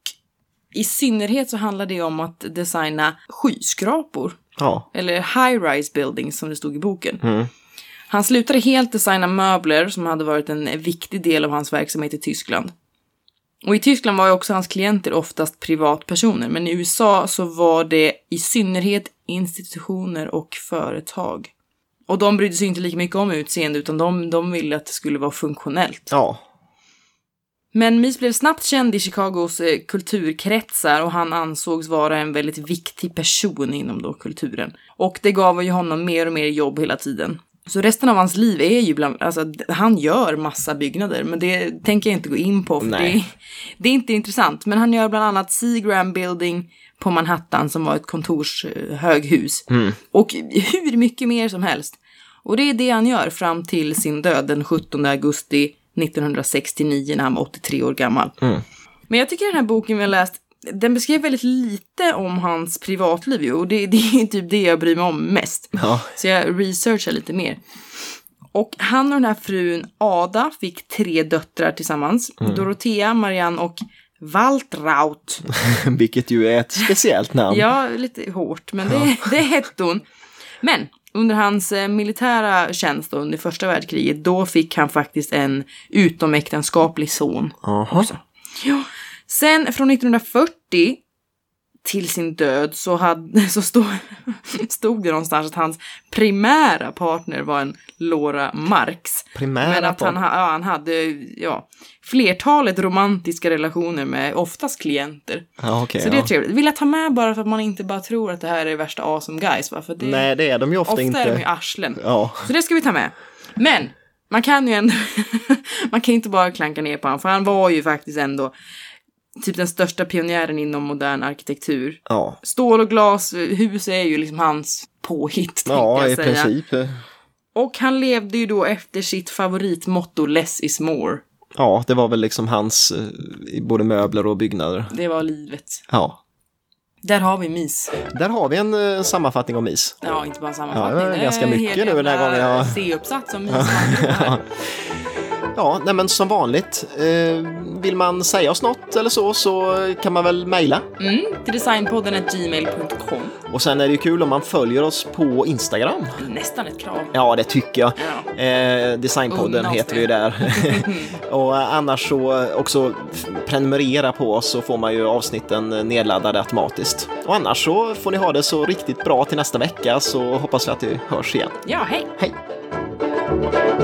Speaker 2: i synnerhet så handlade det om att designa skyskrapor. Ja. Eller high-rise buildings som det stod i boken. Mm. Han slutade helt designa möbler som hade varit en viktig del av hans verksamhet i Tyskland. Och i Tyskland var ju också hans klienter oftast privatpersoner. Men i U S A så var det i synnerhet institutioner och företag. Och de brydde sig inte lika mycket om utseende utan de, de ville att det skulle vara funktionellt. Ja. Men Mies blev snabbt känd i Chicagos eh, kulturkretsar och han ansågs vara en väldigt viktig person inom då kulturen. Och det gav ju honom mer och mer jobb hela tiden. Så resten av hans liv är ju bland, alltså han gör massa byggnader men det tänker jag inte gå in på för det, det är inte intressant. Men han gör bland annat Seagram Building på Manhattan som var ett kontorshöghus. Mm. Och hur mycket mer som helst. Och det är det han gör fram till sin död den sjuttonde augusti nittonhundrasextionio när han var åttiotre år gammal. Mm. Men jag tycker den här boken vi har läst den beskrev väldigt lite om hans privatliv ju, och det, det är typ det jag bryr mig om mest.
Speaker 1: Ja.
Speaker 2: Så jag researchar lite mer. Och han och den här frun Ada fick tre döttrar tillsammans. Mm. Dorothea, Marianne och Waltraud.
Speaker 1: Vilket ju är ett speciellt namn.
Speaker 2: Ja, lite hårt, men det, det hette hon. Men under hans militära tjänst då, under första världskriget, då fick han faktiskt en utomäktenskaplig son.
Speaker 1: Aha.
Speaker 2: Också. Ja. Sen från nittonhundrafyrtio till sin död så, hade, så stod, stod det någonstans att hans primära partner var en Laura Marx.
Speaker 1: Primära
Speaker 2: Men att han, ja, han hade ja, flertalet romantiska relationer med oftast klienter.
Speaker 1: Ja, okay,
Speaker 2: så det är
Speaker 1: ja.
Speaker 2: trevligt. Vill jag ta med bara för att man inte bara tror att det här är värsta awesome guys. Va? För det,
Speaker 1: Nej, det är de ju ofta,
Speaker 2: ofta
Speaker 1: inte.
Speaker 2: Ofta är de ju arslen.
Speaker 1: Ja.
Speaker 2: Så det ska vi ta med. Men man kan ju ändå man kan inte bara klanka ner på honom, för han var ju faktiskt ändå typ den största pionjären inom modern arkitektur.
Speaker 1: Ja.
Speaker 2: Stål och glas, hus är ju liksom hans påhitt,
Speaker 1: ja,
Speaker 2: jag
Speaker 1: i
Speaker 2: säga.
Speaker 1: princip.
Speaker 2: Och han levde ju då efter sitt favoritmotto less is more.
Speaker 1: Ja, det var väl liksom hans i både möbler och byggnader.
Speaker 2: Det var livet.
Speaker 1: Ja.
Speaker 2: Där har vi Mies.
Speaker 1: Där har vi en uh, sammanfattning om Mies.
Speaker 2: Ja, inte bara en sammanfattning.
Speaker 1: Ja, det är ganska mycket nu den här gången. Ja.
Speaker 2: C-uppsats om Mies.
Speaker 1: ja. Ja, nej, men som vanligt. Eh, vill man säga oss något eller så, så kan man väl mejla.
Speaker 2: Mm, till designpodden at gmail punkt com.
Speaker 1: Och sen är det ju kul om man följer oss på Instagram.
Speaker 2: Nästan ett krav.
Speaker 1: Ja, det tycker jag.
Speaker 2: Ja.
Speaker 1: Eh, Designpodden
Speaker 2: Undan
Speaker 1: heter vi ju där. Och annars så också prenumerera på oss, så får man ju avsnitten nedladdade automatiskt. Och annars så får ni ha det så riktigt bra till nästa vecka, så hoppas vi att vi hörs igen.
Speaker 2: Ja, hej!
Speaker 1: Hej!